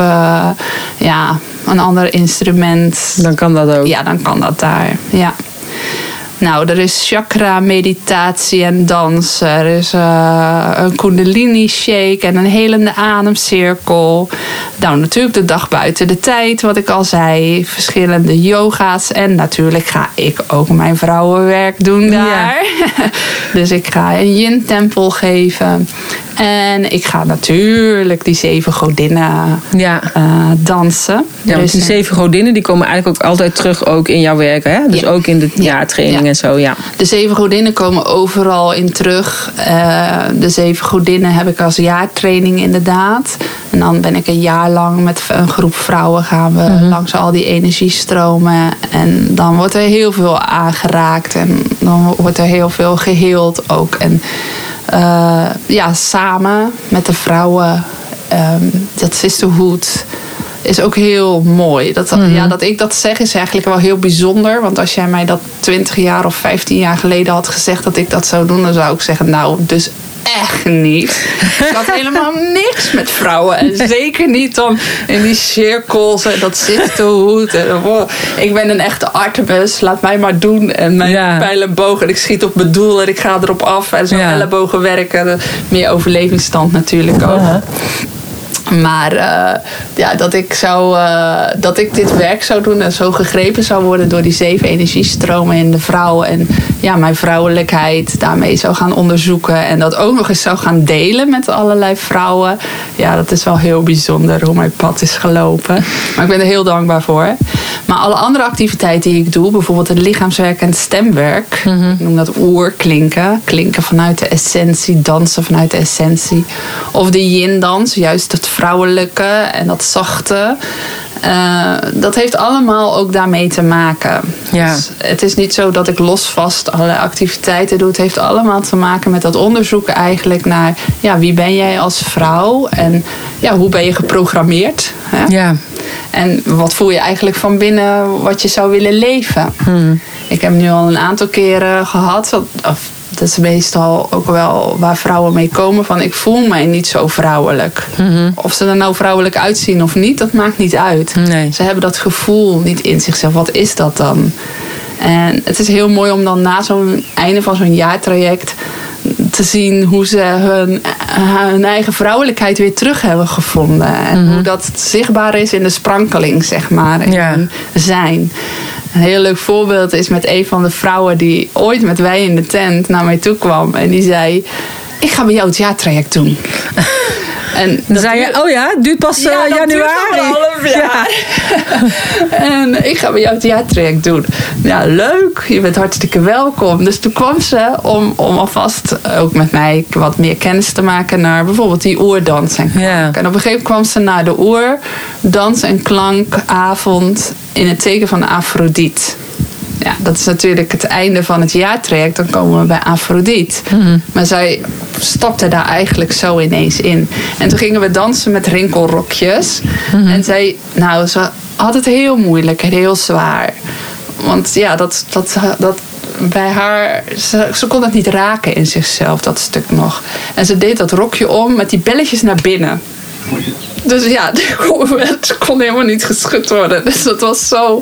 een ander instrument. Dan kan dat ook. Ja, dan kan dat daar. Ja. Nou, er is chakra, meditatie en dans. Er is een kundalini shake en een helende ademcirkel. Nou, natuurlijk de dag buiten de tijd, wat ik al zei. Verschillende yoga's. En natuurlijk ga ik ook mijn vrouwenwerk doen daar. Ja. Dus ik ga een yin-tempel geven. En ik ga natuurlijk die 7 godinnen dansen. Ja, want die 7 godinnen die komen eigenlijk ook altijd terug ook in jouw werk. Hè? Dus ook in de jaartraining en zo. Ja. De 7 godinnen komen overal in terug. De 7 godinnen heb ik als jaartraining inderdaad. En dan ben ik een jaar lang met een groep vrouwen gaan we langs al die energiestromen. En dan wordt er heel veel aangeraakt. En dan wordt er heel veel geheeld ook. En samen met de vrouwen, dat sisterhood, is ook heel mooi. Dat ik dat zeg is eigenlijk wel heel bijzonder. Want als jij mij dat 20 jaar of 15 jaar geleden had gezegd dat ik dat zou doen, dan zou ik zeggen, nou, dus echt niet. Ik had helemaal niks met vrouwen. En zeker niet dan in die cirkels en dat sisterhood. Ik ben een echte Artemis. Laat mij maar doen. En mijn pijlenboog. En ik schiet op mijn doel en ik ga erop af. En zo'n ellebogen werken. Meer overlevingsstand natuurlijk ook. Maar dat ik dit werk zou doen en zo gegrepen zou worden door die 7 energiestromen in de vrouw. En mijn vrouwelijkheid daarmee zou gaan onderzoeken. En dat ook nog eens zou gaan delen met allerlei vrouwen. Ja, dat is wel heel bijzonder hoe mijn pad is gelopen. Maar ik ben er heel dankbaar voor. Maar alle andere activiteiten die ik doe, bijvoorbeeld het lichaamswerk en het stemwerk. Ik noem dat oerklinken. Klinken vanuit de essentie, dansen vanuit de essentie. Of de yin-dans, juist het vrouwelijke en dat zachte. Dat heeft allemaal ook daarmee te maken. Ja. Dus het is niet zo dat ik losvast allerlei activiteiten doe. Het heeft allemaal te maken met dat onderzoeken eigenlijk naar wie ben jij als vrouw en hoe ben je geprogrammeerd. Hè? Ja. En wat voel je eigenlijk van binnen wat je zou willen leven. Ik heb nu al een aantal keren gehad. Dat is meestal ook wel waar vrouwen mee komen van ik voel mij niet zo vrouwelijk. Of ze er nou vrouwelijk uitzien of niet, dat maakt niet uit. Nee. Ze hebben dat gevoel niet in zichzelf. Wat is dat dan? En het is heel mooi om dan na zo'n einde van zo'n jaartraject te zien hoe ze hun eigen vrouwelijkheid weer terug hebben gevonden. En hoe dat zichtbaar is in de sprankeling, zeg maar. In hun zijn. Een heel leuk voorbeeld is met een van de vrouwen die ooit met wij in de tent naar mij toe kwam. En die zei, ik ga bij jou het jaartraject doen. En dan zei je, het duurt pas januari. Duurt een half jaar. En ik ga bij jou het jaartraject doen. Ja, leuk. Je bent hartstikke welkom. Dus toen kwam ze om alvast ook met mij wat meer kennis te maken naar bijvoorbeeld die oerdans en klank. Ja. En op een gegeven moment kwam ze naar de oerdans en klankavond in het teken van Afrodite. Ja, dat is natuurlijk het einde van het jaartraject. Dan komen we bij Afrodite. Maar zij stapte daar eigenlijk zo ineens in. En toen gingen we dansen met rinkelrokjes. En ze had het heel moeilijk en heel zwaar. Want dat bij haar, ze kon dat niet raken in zichzelf, dat stuk nog. En ze deed dat rokje om met die belletjes naar binnen. Dus het kon helemaal niet geschud worden. Dus dat was zo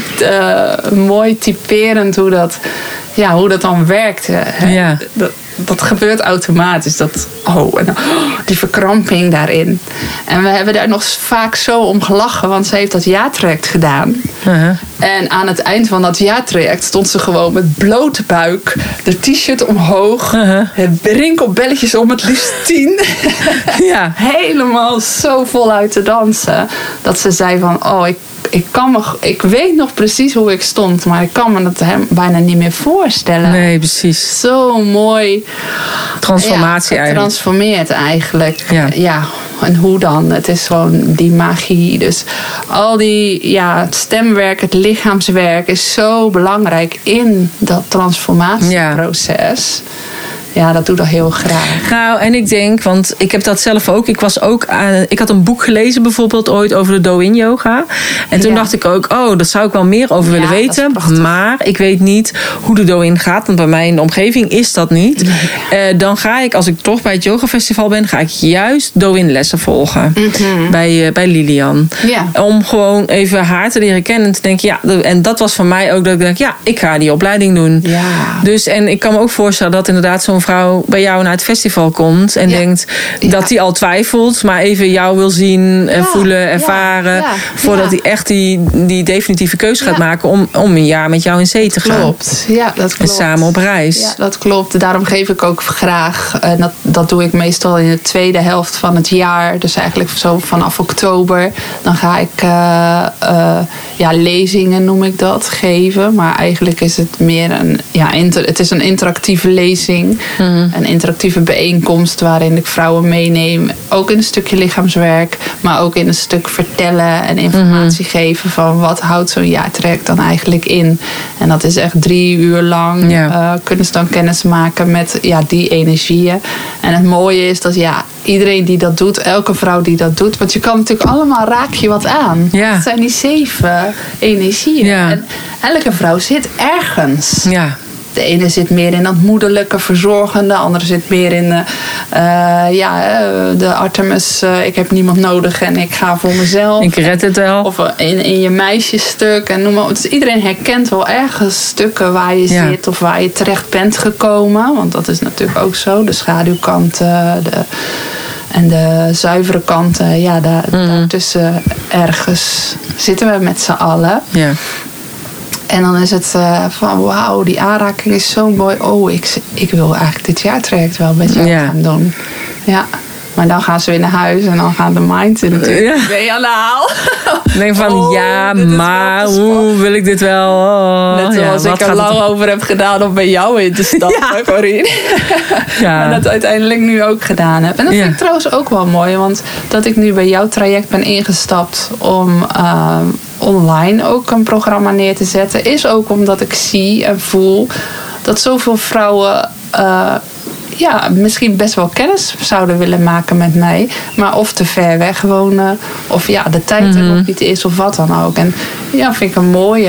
mooi typerend hoe dat dan werkte. Ja. Dat gebeurt automatisch. Die verkramping daarin. En we hebben daar nog vaak zo om gelachen. Want ze heeft dat jaartraject gedaan. En aan het eind van dat jaartraject stond ze gewoon met blote buik. De t-shirt omhoog. Rinkelbelletjes om, het liefst 10. Helemaal zo voluit te dansen. Dat ze zei van, ik weet nog precies hoe ik stond, maar ik kan me dat bijna niet meer voorstellen. Nee, precies. Zo mooi. Transformatie eigenlijk. Transformeert eigenlijk. Ja. En hoe dan? Het is gewoon die magie. Dus al die het stemwerk, het lichaamswerk is zo belangrijk in dat transformatieproces. Ja, dat doe ik heel graag. Nou, en ik denk, want ik heb dat zelf ook. Ik had een boek gelezen bijvoorbeeld ooit over de Do-in yoga. En toen dacht ik ook, daar zou ik wel meer over willen weten. Maar ik weet niet hoe de Do-in gaat. Want bij mij in de omgeving is dat niet. Nee. Dan ga ik, als ik toch bij het yogafestival ben, ga ik juist Do-in lessen volgen. Bij Lilian. Ja. Om gewoon even haar te leren kennen. En te denken, en dat was voor mij ook dat ik denk, ik ga die opleiding doen. Ja. Dus, en ik kan me ook voorstellen dat inderdaad zo'n vrouw bij jou naar het festival komt en denkt dat hij al twijfelt, maar even jou wil zien, voelen, ervaren, voordat hij echt die definitieve keuze gaat maken om een jaar met jou in zee te gaan. Klopt. Ja, dat klopt. En samen op reis. Ja, dat klopt. Daarom geef ik ook graag, dat doe ik meestal in de tweede helft van het jaar, dus eigenlijk zo vanaf oktober, dan ga ik lezingen noem ik dat, geven, maar eigenlijk is het meer het is een interactieve lezing. Een interactieve bijeenkomst waarin ik vrouwen meeneem. Ook in een stukje lichaamswerk. Maar ook in een stuk vertellen en informatie geven van wat houdt zo'n jaartraject dan eigenlijk in. En dat is echt 3 uur lang. Kunnen ze dan kennis maken met die energieën. En het mooie is dat iedereen die dat doet, elke vrouw die dat doet. Want je kan natuurlijk allemaal raak je wat aan. Ja. Het zijn die 7 energieën. Ja. En elke vrouw zit ergens. Ja. De ene zit meer in dat moederlijke, verzorgende. De andere zit meer in de Artemis. Ik heb niemand nodig en ik ga voor mezelf. Ik red het wel. Of in je meisjesstuk. En noem maar. Dus iedereen herkent wel ergens stukken waar je zit. Of waar je terecht bent gekomen. Want dat is natuurlijk ook zo. De schaduwkanten. En de zuivere kanten. Ja, daartussen ergens zitten we met z'n allen. Ja. En dan is het van wauw, die aanraking is zo mooi. Oh, ik wil eigenlijk dit jaartraject wel met jou gaan doen. Ja. Maar dan gaan ze weer naar huis en dan gaan de minds natuurlijk mee aan de haal. Denk van maar hoe wil ik dit wel? Net zoals ik er lang over heb gedaan om bij jou in te stappen, Corine. En dat uiteindelijk nu ook gedaan heb. En dat vind ik trouwens ook wel mooi. Want dat ik nu bij jouw traject ben ingestapt om online ook een programma neer te zetten, is ook omdat ik zie en voel dat zoveel vrouwen misschien best wel kennis zouden willen maken met mij, maar of te ver weg wonen, of de tijd er nog niet is, of wat dan ook. En vind ik een mooie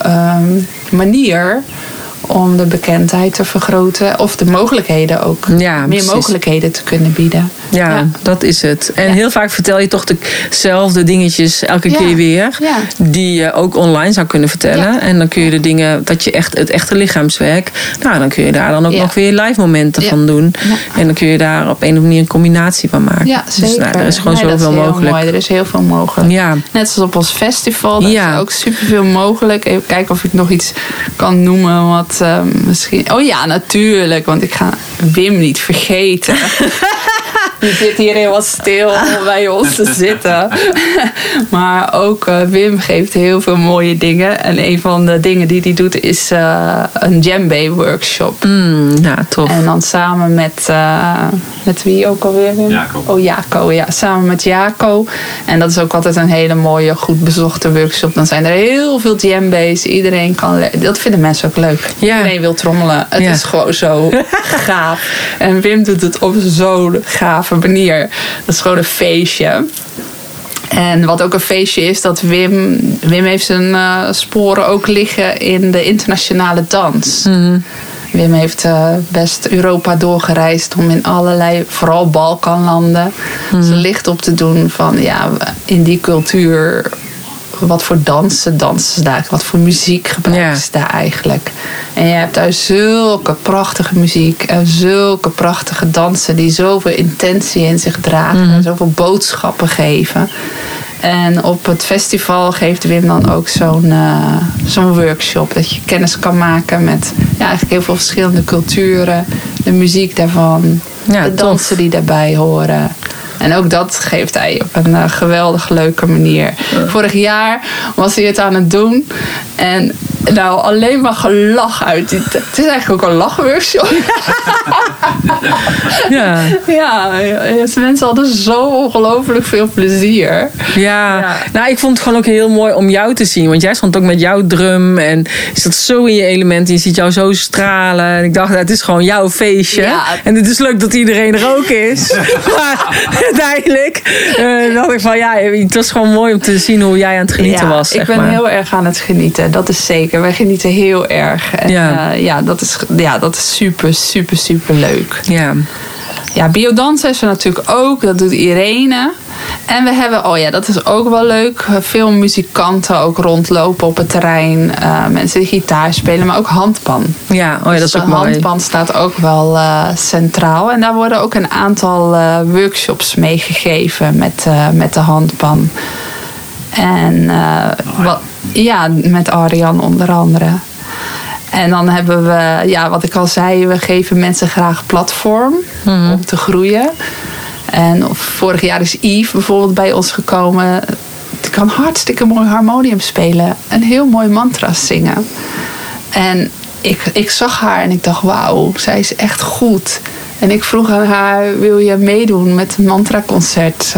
manier om de bekendheid te vergroten. Of de mogelijkheden ook. Meer mogelijkheden te kunnen bieden. Ja, dat is het. En heel vaak vertel je toch dezelfde dingetjes elke keer weer. Ja. Die je ook online zou kunnen vertellen. Ja. En dan kun je de dingen, dat je het echte lichaamswerk. Nou, dan kun je daar dan ook nog weer live momenten van doen. Ja. En dan kun je daar op een of andere manier een combinatie van maken. Ja, zeker. Dus er is gewoon zoveel mogelijk. Mooi. Er is heel veel mogelijk. Ja. Net zoals op ons festival. Daar is ook superveel mogelijk. Even kijken of ik nog iets kan noemen wat misschien. Oh ja, natuurlijk. Want ik ga Wim niet vergeten. Die zit hier heel wat stil om bij ons te zitten. Maar ook Wim geeft heel veel mooie dingen. En een van de dingen die hij doet is een djembe workshop. Tof. En dan samen met wie ook alweer, Wim? Jaco. Oh, Jaco. Ja, samen met Jaco. En dat is ook altijd een hele mooie, goed bezochte workshop. Dan zijn er heel veel djembe's. Iedereen kan. Dat vinden mensen ook leuk. Ja. Iedereen wil trommelen. Het is gewoon zo gaaf. En Wim doet het op zo'n gave manier. Dat is gewoon een feestje. En wat ook een feestje is, dat Wim heeft zijn sporen ook liggen in de internationale dans. Wim heeft best Europa doorgereisd om in allerlei, vooral Balkanlanden, zijn licht op te doen van in die cultuur. Wat voor dansen ze daar? Wat voor muziek gebruiken ze daar eigenlijk? En je hebt daar zulke prachtige muziek en zulke prachtige dansen die zoveel intentie in zich dragen en zoveel boodschappen geven. En op het festival geeft Wim dan ook zo'n workshop. Dat je kennis kan maken met eigenlijk heel veel verschillende culturen. De muziek daarvan. De dansen die daarbij horen. En ook dat geeft hij op een geweldig leuke manier. Vorig jaar was hij het aan het doen. En alleen maar gelach uit. Het is eigenlijk ook een lachworkshop. Ja, mensen hadden zo ongelooflijk veel plezier. Ja, nou ik vond het gewoon ook heel mooi om jou te zien. Want jij stond ook met jouw drum. En je zat zo in je element. En je ziet jou zo stralen. En ik dacht, het is gewoon jouw feestje. Ja. En het is leuk dat iedereen er ook is. Maar uiteindelijk dacht ik van het was gewoon mooi om te zien hoe jij aan het genieten was. Ik ben heel erg aan het genieten. Dat is zeker. Wij genieten heel erg. En dat is super, super, super leuk. Ja, biodansen is er natuurlijk ook. Dat doet Irene. En we hebben, dat is ook wel leuk. Veel muzikanten ook rondlopen op het terrein. Mensen die gitaar spelen, maar ook handpan. Ja, dat is ook mooi. Handpan staat ook wel centraal. En daar worden ook een aantal workshops meegegeven met de handpan. En met Arjan onder andere. En dan hebben we, wat ik al zei, we geven mensen graag platform om te groeien. En vorig jaar is Yves bijvoorbeeld bij ons gekomen. Die kan hartstikke mooi harmonium spelen. En heel mooi mantra's zingen. En ik zag haar en ik dacht, wauw, zij is echt goed. En ik vroeg aan haar, wil je meedoen met een mantraconcert?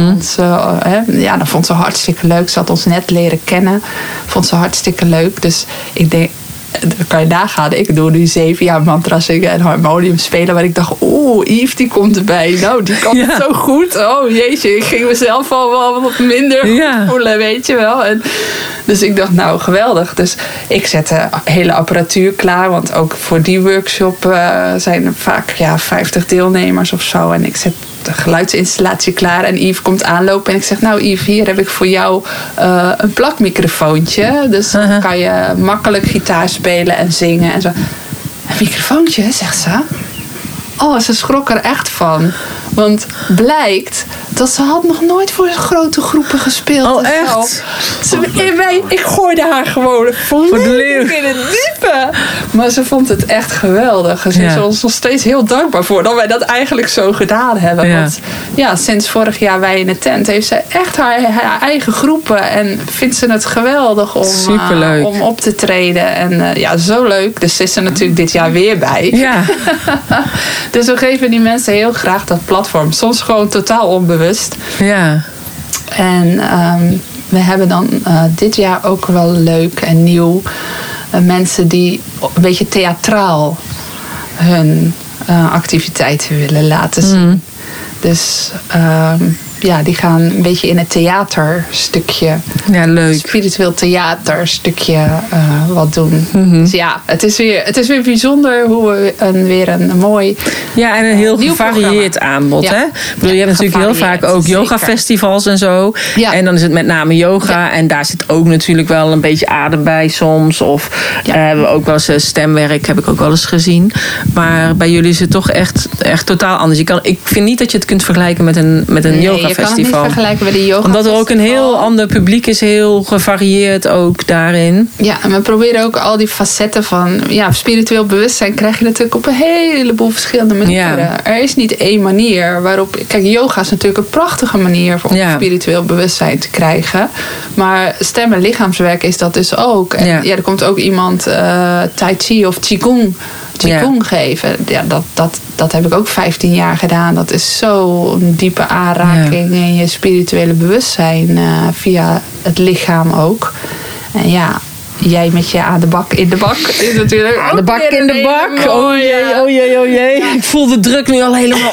Ja, dat vond ze hartstikke leuk. Ze had ons net leren kennen. Vond ze hartstikke leuk. Dus ik denk, dan kan je nagaan. Ik doe nu 7 jaar mantra zingen en harmonium spelen. Maar ik dacht, Yves die komt erbij. Nou, die kan het zo goed. Oh jeetje, ik ging mezelf al wel wat minder goed voelen, weet je wel. Dus ik dacht, nou geweldig. Dus ik zette hele apparatuur klaar. Want ook voor die workshop zijn er vaak 50 deelnemers of zo. En ik zet de geluidsinstallatie klaar. En Yves komt aanlopen. En ik zeg, nou Yves, hier heb ik voor jou een plakmicrofoontje. Dus dan kan je makkelijk gitaar spelen en zingen. En zo. Een microfoontje, zegt ze. Oh, ze schrok er echt van. Want blijkt dat ze had nog nooit voor grote groepen gespeeld. Oh, echt? Ik gooide haar gewoon volledig in het diepe. Maar ze vond het echt geweldig. Ze is ons nog steeds heel dankbaar voor dat wij dat eigenlijk zo gedaan hebben. Ja. Want sinds vorig jaar wij in de tent heeft zij echt haar eigen groepen. En vindt ze het geweldig om op te treden. En zo leuk. Dus is er natuurlijk dit jaar weer bij. Ja. Dus we geven die mensen heel graag dat platform. Soms gewoon totaal onbewust. Ja. En we hebben dan dit jaar ook wel leuk en nieuw mensen die een beetje theatraal hun activiteiten willen laten zien. Dus die gaan een beetje in het theaterstukje. Ja, leuk. Spiritueel theaterstukje wat doen. Dus het is weer bijzonder hoe we weer een mooi en een heel gevarieerd aanbod. Ja. Hè? Ik bedoel, je hebt natuurlijk heel vaak ook yogafestivals en zo. Ja. En dan is het met name yoga. Ja. En daar zit ook natuurlijk wel een beetje adem bij soms. Of hebben we ook wel eens stemwerk, heb ik ook wel eens gezien. Maar bij jullie is het toch echt totaal anders. Ik vind niet dat je het kunt vergelijken met een yoga. Je kan het niet vergelijken met de yoga. Omdat er ook een heel ander publiek is, heel gevarieerd ook daarin. Ja, en we proberen ook al die facetten van spiritueel bewustzijn krijg je natuurlijk op een heleboel verschillende manieren. Ja. Er is niet één manier waarop. Kijk, yoga is natuurlijk een prachtige manier om spiritueel bewustzijn te krijgen. Maar stem- en lichaamswerk is dat dus ook. En er komt ook iemand Tai Chi of Qigong geven. Ja, dat heb ik ook 15 jaar gedaan. Dat is zo'n diepe aanraking in je spirituele bewustzijn via het lichaam ook. En jij met je aan de bak in de bak is natuurlijk aan de bak in de bak. Oh jee. Ik voel de druk nu al helemaal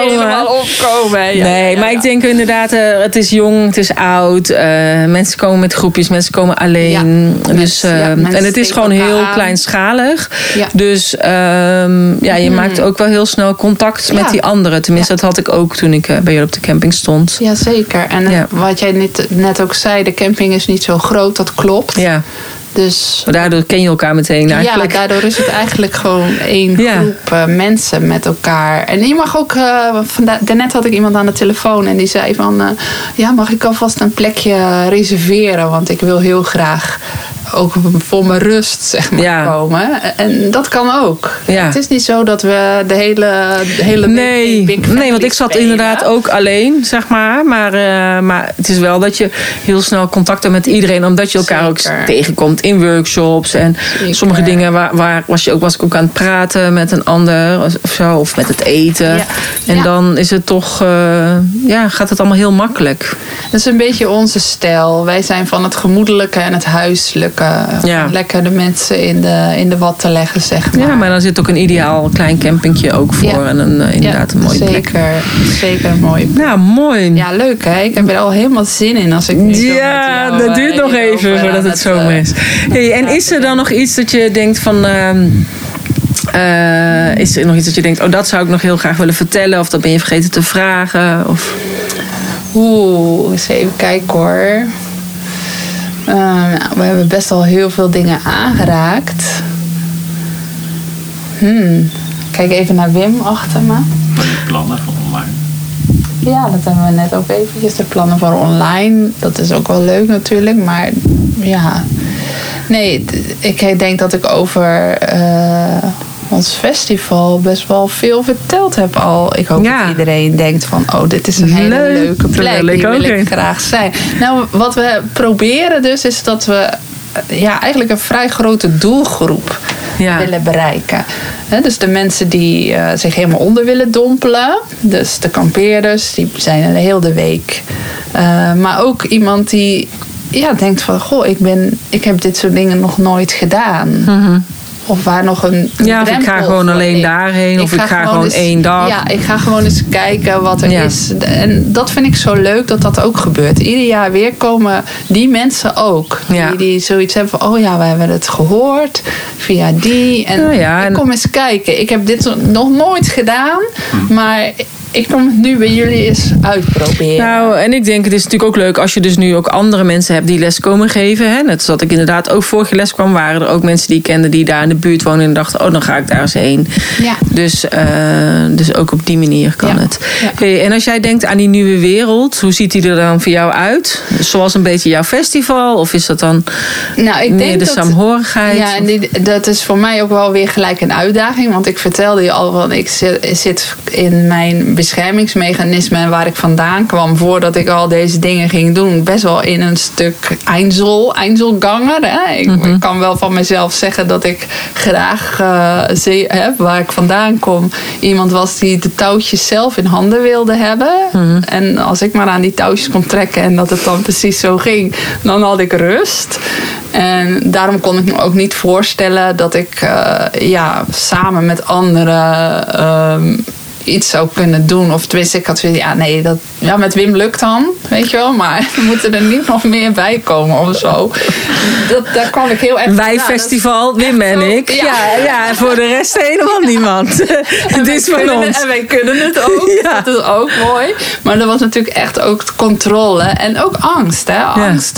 opkomen. Nee, maar ik denk inderdaad, het is jong, het is oud. Mensen komen met groepjes, mensen komen alleen. En het is gewoon heel kleinschalig. Ja. Dus je maakt ook wel heel snel contact met die anderen. Tenminste, dat had ik ook toen ik bij jullie op de camping stond. Ja, zeker. En wat jij net ook zei, de camping is niet zo groot, dat klopt. Ja. Dus, maar daardoor ken je elkaar meteen eigenlijk. Ja, daardoor is het eigenlijk gewoon één groep mensen met elkaar. En je mag ook, daarnet had ik iemand aan de telefoon en die zei van, mag ik alvast een plekje reserveren? Want ik wil heel graag ook voor mijn rust komen. En dat kan ook. Ja. Het is niet zo dat we de hele nee, want ik zat inderdaad ook alleen, zeg maar. Maar het is wel dat je heel snel contact hebt met iedereen, omdat je elkaar ook tegenkomt in workshops. En sommige dingen waar was ik ook aan het praten met een ander of zo, of met het eten. Ja. En dan is het toch, gaat het allemaal heel makkelijk. Dat is een beetje onze stijl. Wij zijn van het gemoedelijke en het huiselijke. Lekker de mensen in de wat te leggen, zeg maar. Ja, maar dan zit ook een ideaal klein campingje ook voor. En inderdaad een mooie plek. Zeker een mooie plek. Nou, mooi. Ja, leuk hè. Ik heb er al helemaal zin in als ik nu dat duurt nog even voordat het zomer is. Hey, en is er dan nog iets dat je denkt van... is er nog iets dat je denkt, dat zou ik nog heel graag willen vertellen? Of dat ben je vergeten te vragen? Of... eens even kijken hoor. We hebben best al heel veel dingen aangeraakt. Kijk even naar Wim achter me. Wat de plannen voor online? Ja, dat hebben we net ook eventjes. De plannen voor online. Dat is ook wel leuk natuurlijk. Maar nee, ik denk dat ik over ons festival best wel veel verteld heb al. Ik hoop dat iedereen denkt van, dit is een hele leuke plek. Die wil ik graag zijn. Nou, wat we proberen dus is dat we eigenlijk een vrij grote doelgroep willen bereiken. Dus de mensen die zich helemaal onder willen dompelen. Dus de kampeerders, die zijn er heel de week. Maar ook iemand die denkt van... Goh, ik heb dit soort dingen nog nooit gedaan. Mm-hmm. Of waar nog een of ik ga gewoon alleen daarheen. Of ik ga gewoon 1 dag. Ja, ik ga gewoon eens kijken wat er is. En dat vind ik zo leuk dat dat ook gebeurt. Ieder jaar weer komen die mensen ook. Die zoiets hebben van... we hebben het gehoord via die. En ik kom eens kijken. Ik heb dit nog nooit gedaan. Maar... ik kom het nu bij jullie eens uitproberen. Nou, en ik denk, het is natuurlijk ook leuk als je dus nu ook andere mensen hebt die les komen geven. Hè? Net zoals ik inderdaad ook vorige les kwam, waren er ook mensen die ik kende die daar in de buurt wonen en dachten, dan ga ik daar eens heen. Ja. Dus ook op die manier kan het. Ja. Hey, en als jij denkt aan die nieuwe wereld, hoe ziet die er dan voor jou uit? Zoals een beetje jouw festival? Of is dat dan ik denk de saamhorigheid? Ja, en dat is voor mij ook wel weer gelijk een uitdaging. Want ik vertelde je al, want ik zit in mijn beschermingsmechanismen en waar ik vandaan kwam voordat ik al deze dingen ging doen, best wel in een stuk Einzelganger. Hè? Ik kan wel van mezelf zeggen dat ik graag waar ik vandaan kom, iemand was die de touwtjes zelf in handen wilde hebben. En als ik maar aan die touwtjes kon trekken en dat het dan precies zo ging, dan had ik rust. En daarom kon ik me ook niet voorstellen dat ik samen met anderen iets zou kunnen doen. Of tenminste, ik had met Wim lukt dan, weet je wel. Maar er moeten er niet nog meer bij komen of zo. Daar kwam ik heel erg... Wij festival, Wim en ik. Ja, voor de rest helemaal niemand. Het is van ons. En wij kunnen het ook. Ja. Dat is ook mooi. Maar er was natuurlijk echt ook controle. En ook angst, hè. Angst.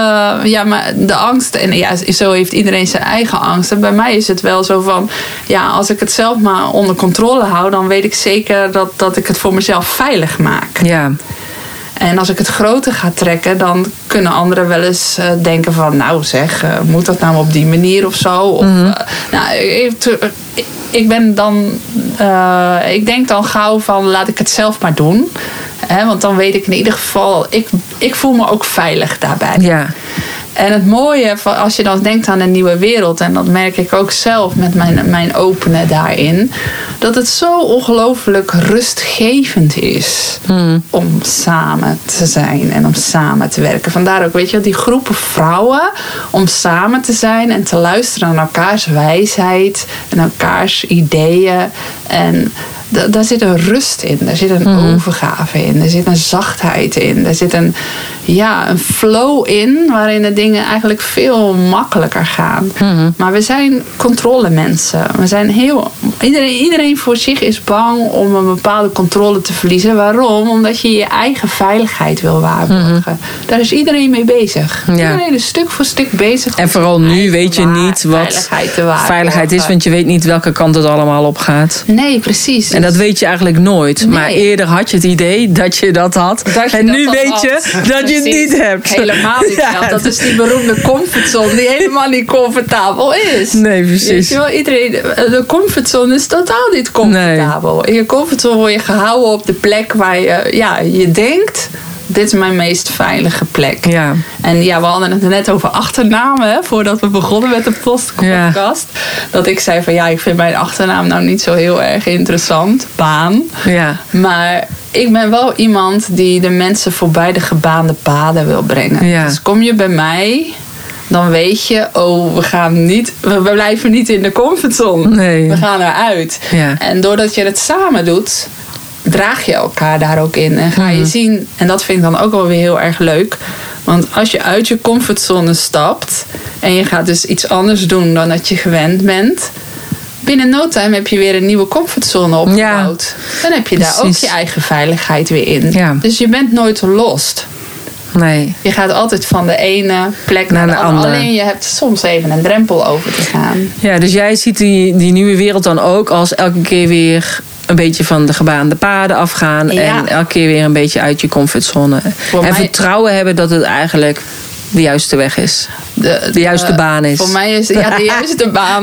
Maar de angst... En zo heeft iedereen zijn eigen angst. En bij mij is het wel zo van... als ik het zelf maar onder controle hou, dan weet ik zeker dat ik het voor mezelf veilig maak. Ja. En als ik het groter ga trekken, dan kunnen anderen wel eens denken van... moet dat nou op die manier of zo? Of, ik ben dan... ik denk dan gauw van, laat ik het zelf maar doen. Want dan weet ik in ieder geval... Ik voel me ook veilig daarbij. Ja. En het mooie, als je dan denkt aan een nieuwe wereld... en dat merk ik ook zelf met mijn openen daarin... dat het zo ongelooflijk rustgevend is... om samen te zijn en om samen te werken. Vandaar ook, weet je, die groepen vrouwen... om samen te zijn en te luisteren naar elkaars wijsheid... en elkaars ideeën. En daar zit een rust in. Daar zit een overgave in. Er zit een zachtheid in. Er zit een flow in... waarin de dingen eigenlijk veel makkelijker gaan. Maar we zijn controlemensen. We zijn iedereen voor zich is bang om een bepaalde controle te verliezen. Waarom? Omdat je je eigen veiligheid wil waarborgen. Daar is iedereen mee bezig. Ja. Iedereen is stuk voor stuk bezig. En vooral nu weet je niet wat veiligheid is. Want je weet niet welke kant het allemaal op gaat. Nee, precies. En dat weet je eigenlijk nooit. Nee. Maar eerder had je het idee dat je dat had. En nu weet je dat je het niet hebt. Helemaal niet. Ja. Dat is die beroemde comfortzone die helemaal niet comfortabel is. Nee, precies. De comfortzone is totaal niet comfortabel. Nee. In je comfortzone word je gehouden op de plek waar je denkt... dit is mijn meest veilige plek. Ja. En we hadden het net over achternamen... voordat we begonnen met de podcast. Ja. Dat ik zei van ik vind mijn achternaam nou niet zo heel erg interessant. Baan. Ja. Maar ik ben wel iemand die de mensen voorbij de gebaande paden wil brengen. Ja. Dus kom je bij mij... dan weet je, we blijven niet in de comfortzone. Nee. We gaan eruit. Ja. En doordat je het samen doet... draag je elkaar daar ook in. En ga je zien, en dat vind ik dan ook wel weer heel erg leuk. Want als je uit je comfortzone stapt... en je gaat dus iets anders doen dan dat je gewend bent... binnen no time heb je weer een nieuwe comfortzone opgebouwd. Ja, dan heb je daar ook je eigen veiligheid weer in. Ja. Dus je bent nooit lost. Nee. Je gaat altijd van de ene plek naar de andere. Alleen je hebt soms even een drempel over te gaan. Ja, dus jij ziet die nieuwe wereld dan ook als elke keer weer... een beetje van de gebaande paden afgaan. Ja. En elke keer weer een beetje uit je comfortzone. Vertrouwen hebben dat het eigenlijk de juiste weg is. De juiste baan is. Voor mij is de juiste baan.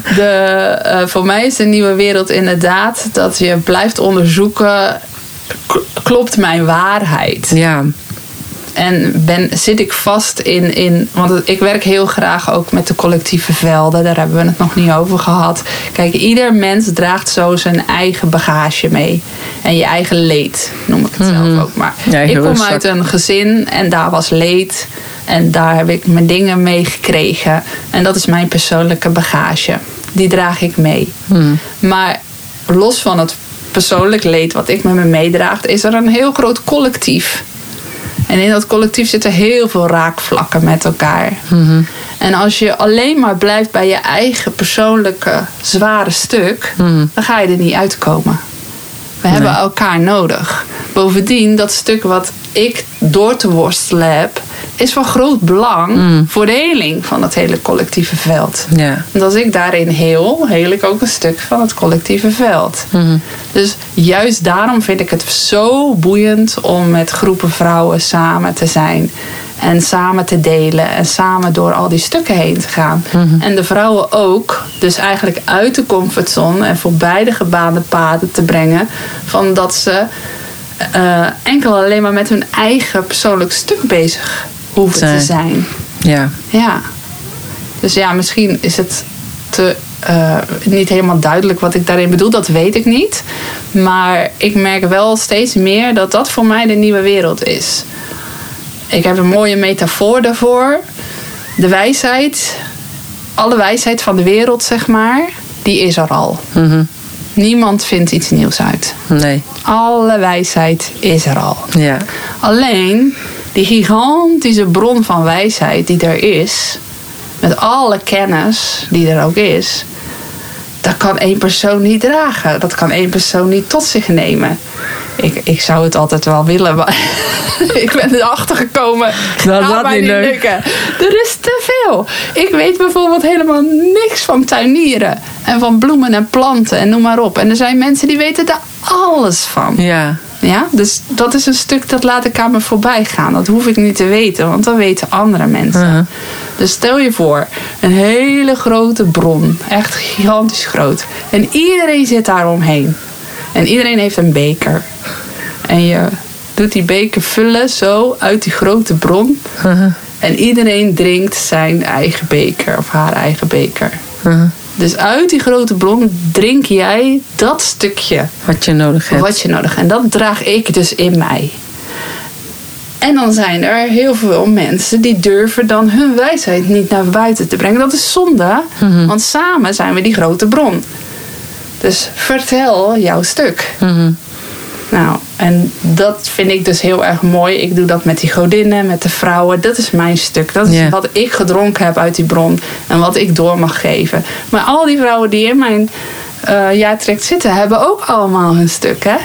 Voor mij is de nieuwe wereld inderdaad... dat je blijft onderzoeken... klopt mijn waarheid? Ja. En zit ik vast in... Want ik werk heel graag ook met de collectieve velden. Daar hebben we het nog niet over gehad. Kijk, ieder mens draagt zo zijn eigen bagage mee. En je eigen leed, noem ik het zelf ook maar. Ja, ik kom uit een gezin en daar was leed. En daar heb ik mijn dingen mee gekregen. En dat is mijn persoonlijke bagage. Die draag ik mee. Maar los van het persoonlijk leed wat ik met me meedraag... is er een heel groot collectief. En in dat collectief zitten heel veel raakvlakken met elkaar. En als je alleen maar blijft bij je eigen persoonlijke zware stuk... dan ga je er niet uitkomen. We hebben elkaar nodig. Bovendien, dat stuk wat ik door te worstelen heb... is van groot belang voor de heling van het hele collectieve veld. Ja. Want als ik daarin heel ik ook een stuk van het collectieve veld. Dus juist daarom vind ik het zo boeiend om met groepen vrouwen samen te zijn. En samen te delen. En samen door al die stukken heen te gaan. En de vrouwen ook. Dus eigenlijk uit de comfortzone. En voorbij de gebaande paden te brengen. Van dat ze enkel alleen maar met hun eigen persoonlijk stuk bezig hoeven te zijn. Ja. Dus ja, misschien is het niet helemaal duidelijk wat ik daarin bedoel. Dat weet ik niet. Maar ik merk wel steeds meer dat dat voor mij de nieuwe wereld is. Ik heb een mooie metafoor daarvoor. De wijsheid, alle wijsheid van de wereld, zeg maar, die is er al. Niemand vindt iets nieuws uit. Nee. Alle wijsheid is er al. Ja. Alleen, die gigantische bron van wijsheid die er is... met alle kennis die er ook is... dat kan één persoon niet dragen. Dat kan één persoon niet tot zich nemen. Ik zou het altijd wel willen, maar ik ben erachter gekomen. Dat gaat niet lukken. Er is te veel. Ik weet bijvoorbeeld helemaal niks van tuinieren. En van bloemen en planten en noem maar op. En er zijn mensen die weten daar alles van. Ja, dus dat is een stuk dat laat ik aan me voorbij gaan. Dat hoef ik niet te weten, want dat weten andere mensen. Dus stel je voor, een hele grote bron. Echt gigantisch groot. En iedereen zit daar omheen. En iedereen heeft een beker. En je doet die beker vullen zo uit die grote bron. En iedereen drinkt zijn eigen beker of haar eigen beker. Dus uit die grote bron drink jij dat stukje. Wat je nodig hebt. En dat draag ik dus in mij. En dan zijn er heel veel mensen die durven dan hun wijsheid niet naar buiten te brengen. Dat is zonde, want samen zijn we die grote bron. Dus vertel jouw stuk. Nou, en dat vind ik dus heel erg mooi. Ik doe dat met die godinnen, met de vrouwen. Dat is mijn stuk. Dat is wat ik gedronken heb uit die bron. En wat ik door mag geven. Maar al die vrouwen die in mijn jaartraject zitten, hebben ook allemaal hun stuk. Hè?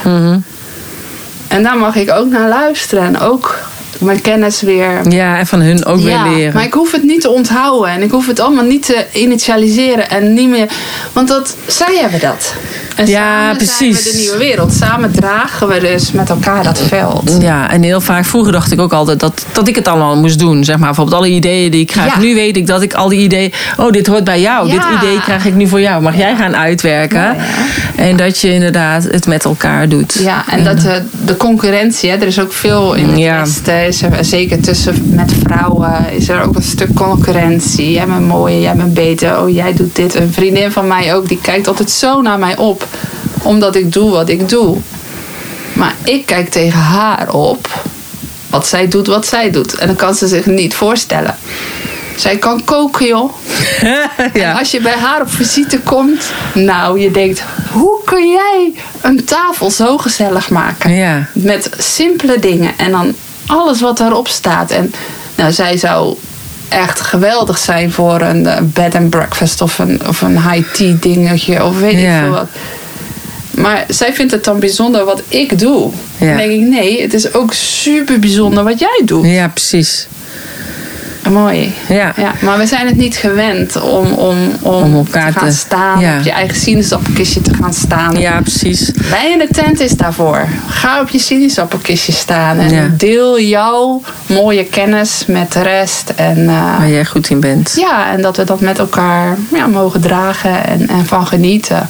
En daar mag ik ook naar luisteren. En ook mijn kennis weer... Ja, en van hun ook weer leren. Maar ik hoef het niet te onthouden. En ik hoef het allemaal niet te initialiseren. En niet meer... Want zij hebben dat. En samen precies. zijn we de nieuwe wereld. Samen dragen we dus met elkaar dat veld. Ja, en heel vaak vroeger dacht ik ook altijd dat ik het allemaal moest doen. Zeg maar, bijvoorbeeld alle ideeën die ik krijg. Nu weet ik dat ik al die ideeën... Oh, dit hoort bij jou. Dit idee krijg ik nu voor jou. Mag jij gaan uitwerken? En dat je inderdaad het met elkaar doet. Ja, en dat de concurrentie... Hè, er is ook veel in het Westen. Zeker met vrouwen is er ook een stuk concurrentie. Jij bent mooier, jij bent beter. Oh, jij doet dit. Een vriendin van mij ook, die kijkt altijd zo naar mij op. Omdat ik doe wat ik doe. Maar ik kijk tegen haar op. Wat zij doet. En dan kan ze zich niet voorstellen. Zij kan koken, joh. En als je bij haar op visite komt... Nou, je denkt... Hoe kun jij een tafel zo gezellig maken? Met simpele dingen. En dan alles wat daarop staat. En nou, zij zou echt geweldig zijn voor een bed and breakfast... of een high tea dingetje. Of weet ik veel wat. Maar zij vindt het dan bijzonder wat ik doe. Dan denk ik, nee, het is ook super bijzonder wat jij doet. Ja, precies. Mooi. Ja, maar we zijn het niet gewend om elkaar te gaan staan. Op je eigen sinaasappelkistje te gaan staan. Ja, precies. Bij in de tent is daarvoor. Ga op je sinaasappelkistje staan. En deel jouw mooie kennis met de rest. En, waar jij goed in bent. Ja, en dat we dat met elkaar mogen dragen en van genieten.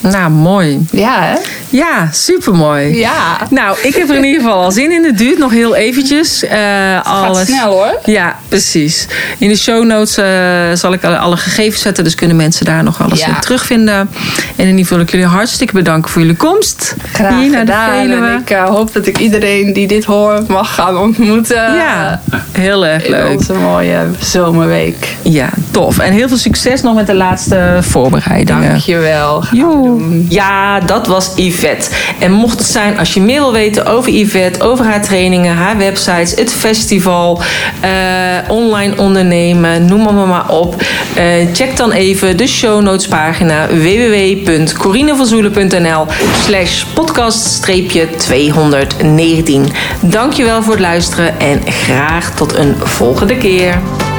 Nou, mooi. Ja, hè? Ja, supermooi. Ja. Nou, ik heb er in ieder geval al zin in. Het duurt nog heel eventjes. Gaat snel, hoor. Ja, precies. In de show notes zal ik alle gegevens zetten. Dus kunnen mensen daar nog alles in terugvinden. En in ieder geval wil ik jullie hartstikke bedanken voor jullie komst. Graag hier naar de gedaan. Veluwe. En ik hoop dat ik iedereen die dit hoort mag gaan ontmoeten. Ja, heel erg leuk. In onze mooie zomerweek. Ja, tof. En heel veel succes nog met de laatste voorbereidingen. Dankjewel. Ja, dat was Yvette. En mocht het zijn, als je meer wil weten over Yvette, over haar trainingen, haar websites, het festival, online ondernemen, noem maar op. Check dan even de show notes pagina www.corinevanzoelen.nl/podcast-219. Dankjewel voor het luisteren en graag tot een volgende keer.